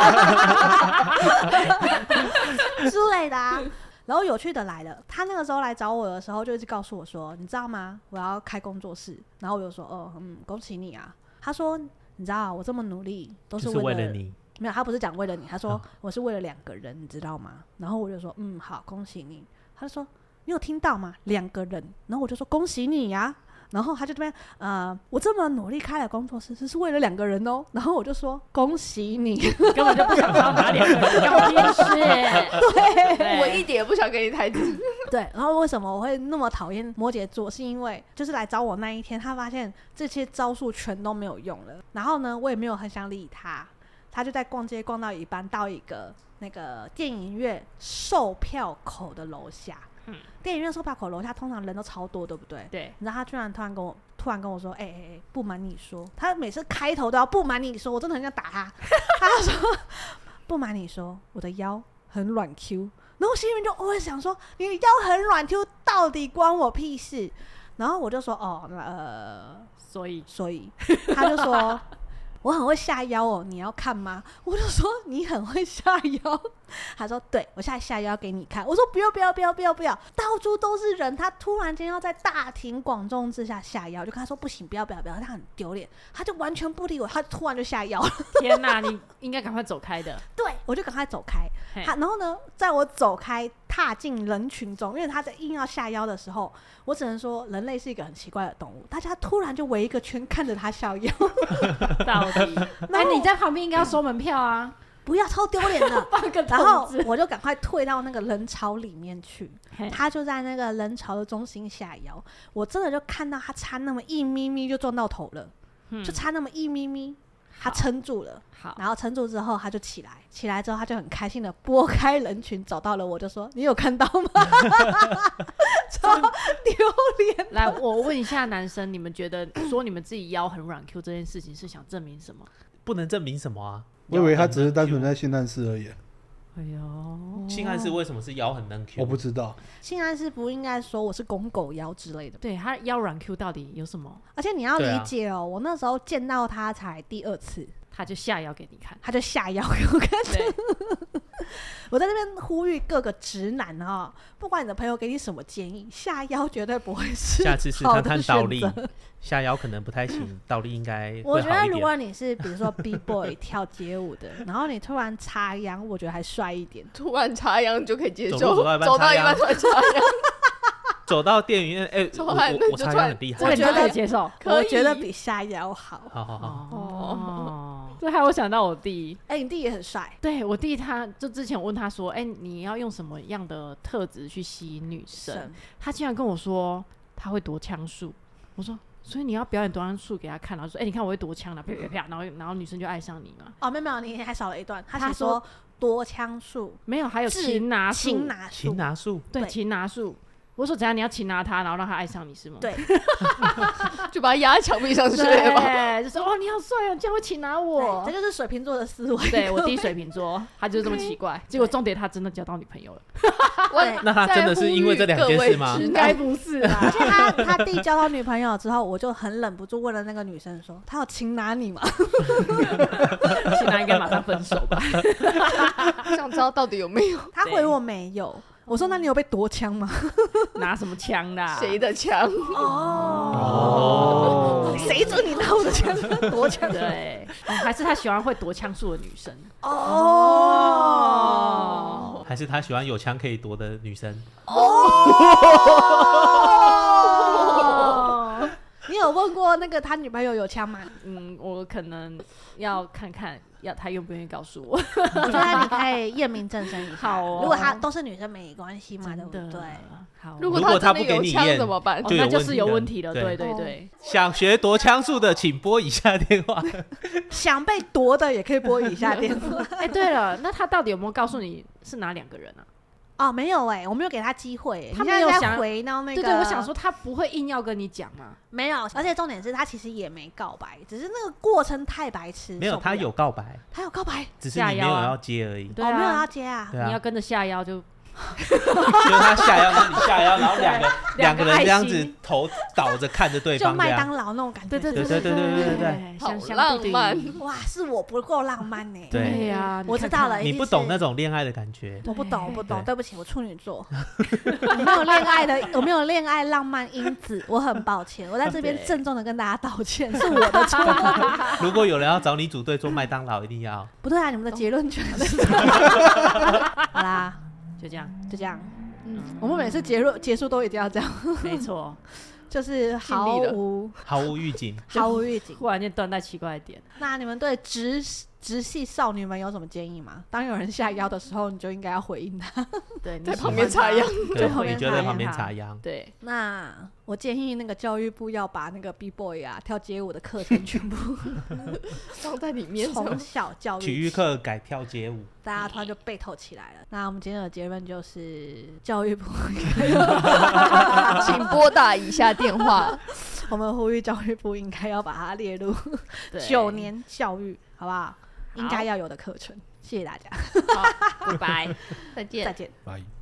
之类的啊。然后有趣的来了，他那个时候来找我的时候，就一直告诉我说：“你知道吗？我要开工作室。”然后我就说：“哦，嗯，恭喜你啊。”他说：“你知道我这么努力都是为 了, 就是为了你。” 没有，他不是讲为了你，他说、哦、我是为了两个人，你知道吗？然后我就说：“嗯，好，恭喜你。”他就说。你有听到吗？两个人，然后我就说恭喜你呀、啊，然后他就这边呃，我这么努力开了工作室，是为了两个人哦，然后我就说恭喜你， 根本就不想要拿两个人搞电视， 对， 我一点也不想给你台词， 对，然后为什么我会那么讨厌摩羯座？是因为就是来找我那一天，他发现这些招数全都没有用了，然后呢，我也没有很想理他，他就在逛街逛到一半，到一个那个电影院售票口的楼下。嗯、电影院售票口楼下通常人都超多，对不对？ 对。 你知道他居然突然跟我突然跟我说：“哎哎哎，不瞒你说，他每次开头都要不瞒你说，我真的很想打他。”他就说：“不瞒你说，我的腰很软 Q。”然后我心里面就我会想说：“你的腰很软 Q， 到底关我屁事？”然后我就说：“哦，呃， 所以所以。”他就说。我很会下腰哦，你要看吗？我就说你很会下腰，他说对，我现在下腰给你看。我说不要不要不要不要不要，到处都是人，他突然间要在大庭广众之下下腰，就跟他说不行，不要不要不要，他很丢脸，他就完全不理我，他突然就下腰了。 天哪，你应该赶快走开的。 对，我就赶快走开。他然后呢，在我走开踏进人群中，因为他在硬要下腰的时候，我只能说人类是一个很奇怪的动物，大家突然就围一个圈看着他下腰。 到底，哎，你在旁边应该要收门票啊， 不要，超丢脸的。然后我就赶快退到那个人潮里面去，他就在那个人潮的中心下腰，我真的就看到他差那么一咪咪就撞到头了，嗯、就差那么一咪咪。他撑住了， 好， 然后撑住之后他就起来，起来之后他就很开心的拨开人群找到了我，就说你有看到吗？超丢脸。 来，我问一下男生，你们觉得说你们自己腰很软 Q 这件事情是想证明什么？ 不能证明什么啊， 我以为他只是单纯在性暗示而已。 哎呦， 性暗示为什么是腰很能 Q？ 我不知道。 性暗示不应该说我是公狗腰之类的。 对，他腰软 Q 到底有什么？ 而且你要理解哦，我那时候见到他才第二次， 他就下腰给你看， 他就下腰给我看。我在这边呼吁各个直男哈，不管你的朋友给你什么建议，下腰绝对不会是下次试看看倒立，下腰可能不太行，倒立应该会好一点。 我觉得如果你是比如说 B boy 跳街舞的，然后你突然插秧，我觉得还帅一点。 突然插秧就可以接受， 走到一半走到一半突然插秧。 走到电影院，哎、欸，我我插秧很厉害， 我觉得可以接受， 我觉得比下腰好。 好好好。 哦，这还我想到我弟， 哎、欸，你弟也很帅。 对我弟他，就之前我问他说，哎、欸，你要用什么样的特质去吸引女生？他竟然跟我说他会夺枪术。我说，所以你要表演夺枪术给他看，然后说，哎、欸，你看我会夺枪的，啪啪啪，然后然后女生就爱上你嘛。 哦，没有没有，你还少了一段。他说夺枪术没有，还有擒拿术， 擒拿术， 擒拿术， 对，擒拿术。我说怎样？你要擒拿他，然后让他爱上你是吗？ 对， 就把他压在墙壁上睡吧。 对，就说哦，你好帅哦，这样会擒拿我。 这就是水瓶座的思维。 对，我弟水瓶座，他就是这么奇怪。结果重点他真的交到女朋友了。 那他真的是因为这两件事吗？ 应该不是啦。 而且他他弟交到女朋友之后，我就很忍不住问了那个女生说：“他有擒拿你吗？” 擒拿应该马上分手吧。 想知道到底有没有？ 他回我没有。我说：“那你有被夺枪吗？ 拿什么枪的？ 谁的枪？ 哦，谁准你拿我的枪？夺枪？ 对、哦，还是他喜欢会夺枪术的女生？ 哦， 还是他喜欢有枪可以夺的女生？ 哦，你有问过那个他女朋友有枪吗？ 嗯，我可能要看看。”要他愿不愿意告诉我？ 我觉得你可以验明正身一下。 好哦， 如果他都是女生没关系嘛，对不对？ 好， 如果他不给你验怎么办？ 哦，那就是有问题了。对对对， 想学夺枪术的，请拨以下电话。 想被夺的也可以拨以下电话。 哎，对了，那他到底有没有告诉你是哪两个人啊？ 哦，没有哎、欸，我没有给他机会、欸， 他没有想回到那个。 对对，我想说他不会硬要跟你讲嘛。 没有，而且重点是他其实也没告白，只是那个过程太白痴。 没有，他有告白， 他有告白， 只是你没有要接而已。 对啊， 哦，没有要接啊， 你要跟着下腰就。 就是他下腰，然后你下腰，然后两个两个人这样子头倒着看着对方， 就麦当劳那种感觉。 对对对对对对对对， 好浪漫哇！是我不够浪漫呢。 对呀， 我知道了， 你不懂那种恋爱的感觉。 我不懂，我不懂，对不起，我处女座，我没有恋爱的，我没有恋爱浪漫因子，我很抱歉，我在这边郑重的跟大家道歉，是我的错。 如果有人要找你组队做麦当劳，一定要。 不对啊，你们的结论全是。好啦。 就这样， 就这样。嗯，我们每次结束结束都一定要这样。 没错， 就是毫无毫无预警， 毫无预警， 忽然间断在奇怪的点。 那你们对直直系少女们有什么建议吗？当有人下腰的时候，你就应该要回应他。 对， 在旁边插秧， 对，你就在旁边插秧。 对， 那我建议那个教育部要把那个 B boy 啊跳街舞的课程全部放在里面， 从小教育。 体育课改跳街舞， 大家突然就背透起来了。那我们今天的结论就是教育部请拨打以下电话。 我们呼吁教育部应该要把它列入九年教育，好不好？应该要有的课程。谢谢大家。 好，拜拜， 再见， 再见， 拜。